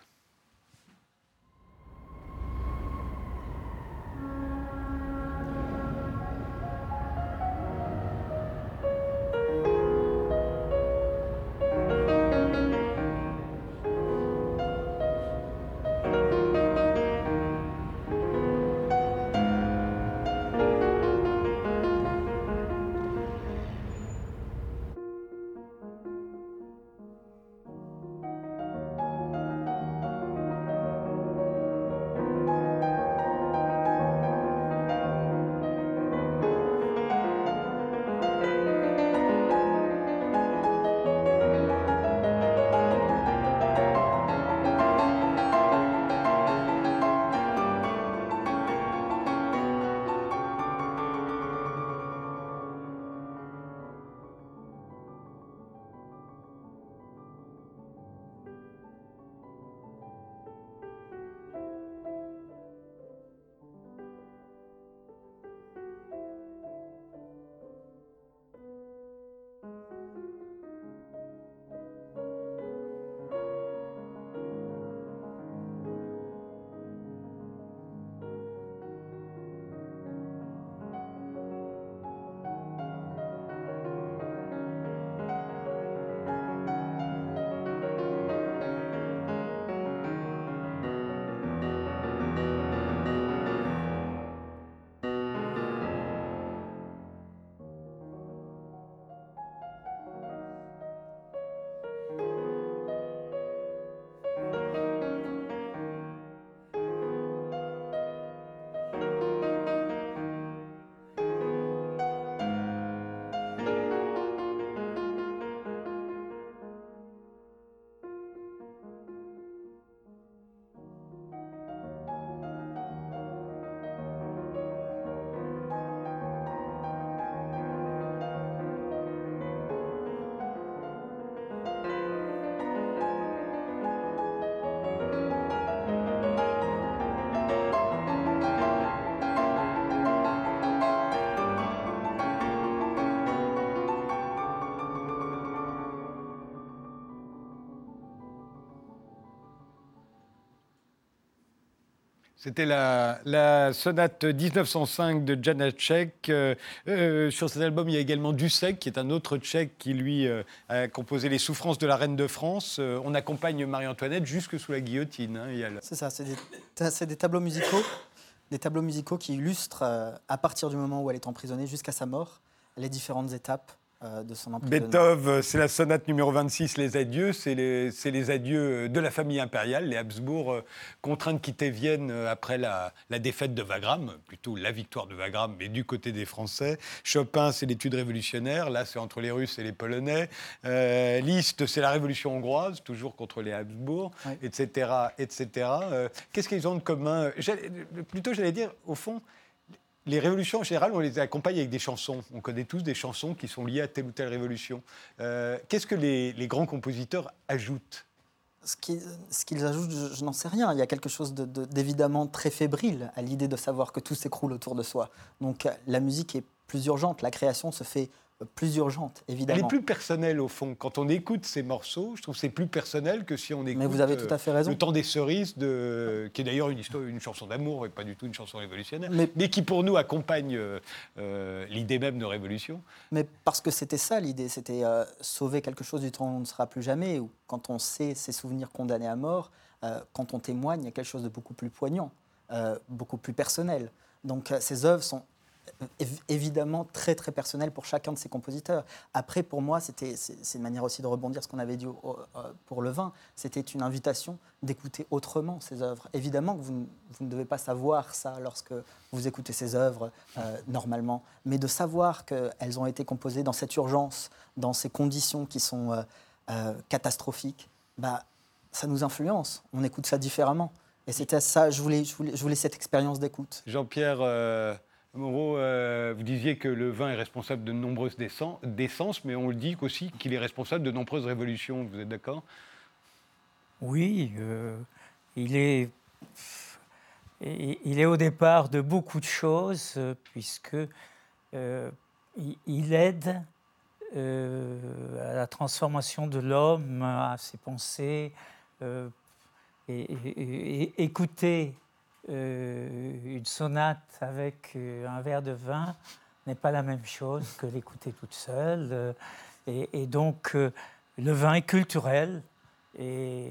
[SPEAKER 1] C'était la sonate 1905 de Janáček. Sur cet album, il y a également Dussek, qui est un autre Tchèque qui, lui, a composé les souffrances de la reine de France. On accompagne Marie-Antoinette jusque sous la guillotine.
[SPEAKER 3] C'est ça, c'est des tableaux musicaux qui illustrent, à partir du moment où elle est emprisonnée jusqu'à sa mort, les différentes étapes de son emprisonnement.
[SPEAKER 1] Beethoven, c'est la sonate numéro 26, les adieux. C'est les adieux de la famille impériale, les Habsbourg, contraints de quitter Vienne après la défaite de Wagram, plutôt la victoire de Wagram, mais du côté des Français. Chopin, c'est l'étude révolutionnaire, là c'est entre les Russes et les Polonais. Liszt, c'est la révolution hongroise, toujours contre les Habsbourg, oui. etc. Qu'est-ce qu'ils ont de commun ? J'allais dire, au fond, les révolutions, en général, on les accompagne avec des chansons. On connaît tous des chansons qui sont liées à telle ou telle révolution. Qu'est-ce que les grands compositeurs ajoutent ?
[SPEAKER 3] Ce qu'ils ajoutent, je n'en sais rien. Il y a quelque chose d'évidemment très fébrile à l'idée de savoir que tout s'écroule autour de soi. Donc la musique est plus urgente, la création se fait plus urgente, évidemment.
[SPEAKER 1] Elle est plus personnelle, au fond. Quand on écoute ces morceaux, je trouve que c'est plus personnel que si on écoute.
[SPEAKER 3] Mais vous avez tout à fait raison.
[SPEAKER 1] Le temps des cerises, qui est d'ailleurs une chanson d'amour et pas du tout une chanson révolutionnaire, mais qui pour nous accompagne l'idée même de révolution.
[SPEAKER 3] Mais parce que c'était ça l'idée, c'était sauver quelque chose du temps où on ne sera plus jamais, ou quand on sait ses souvenirs condamnés à mort, quand on témoigne, il y a quelque chose de beaucoup plus poignant, beaucoup plus personnel. Donc ces œuvres sont évidemment très très personnel pour chacun de ces compositeurs. Après, pour moi, c'est une manière aussi de rebondir sur ce qu'on avait dit pour le vin. C'était une invitation d'écouter autrement ces œuvres. Évidemment que vous ne devez pas savoir ça lorsque vous écoutez ces œuvres normalement, mais de savoir qu'elles ont été composées dans cette urgence, dans ces conditions qui sont catastrophiques, ça nous influence. On écoute ça différemment. Et c'était ça, je voulais cette expérience d'écoute.
[SPEAKER 1] Jean-Pierre Moreau, vous disiez que le vin est responsable de nombreuses décences, mais on le dit aussi qu'il est responsable de nombreuses révolutions. Vous êtes d'accord ?
[SPEAKER 5] Oui, il est au départ de beaucoup de choses, puisque il aide à la transformation de l'homme, à ses pensées, et écouter une sonate avec un verre de vin n'est pas la même chose que l'écouter toute seule. Et donc, le vin est culturel et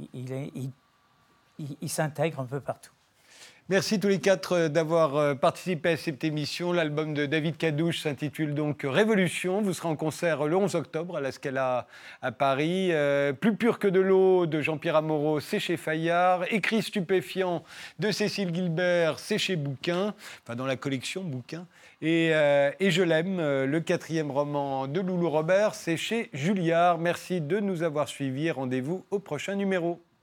[SPEAKER 5] il s'intègre un peu partout.
[SPEAKER 1] Merci tous les quatre d'avoir participé à cette émission. L'album de David Cadouche s'intitule donc Révolution. Vous serez en concert le 11 octobre à la Scala à Paris. Plus pur que de l'eau de Jean-Pierre Amoraux, c'est chez Fayard. Écrit stupéfiant de Cécile Gilbert, c'est chez Bouquin, enfin dans la collection Bouquin. Et Je l'aime, le 4e roman de Loulou Robert, c'est chez Julliard. Merci de nous avoir suivis. Rendez-vous au prochain numéro.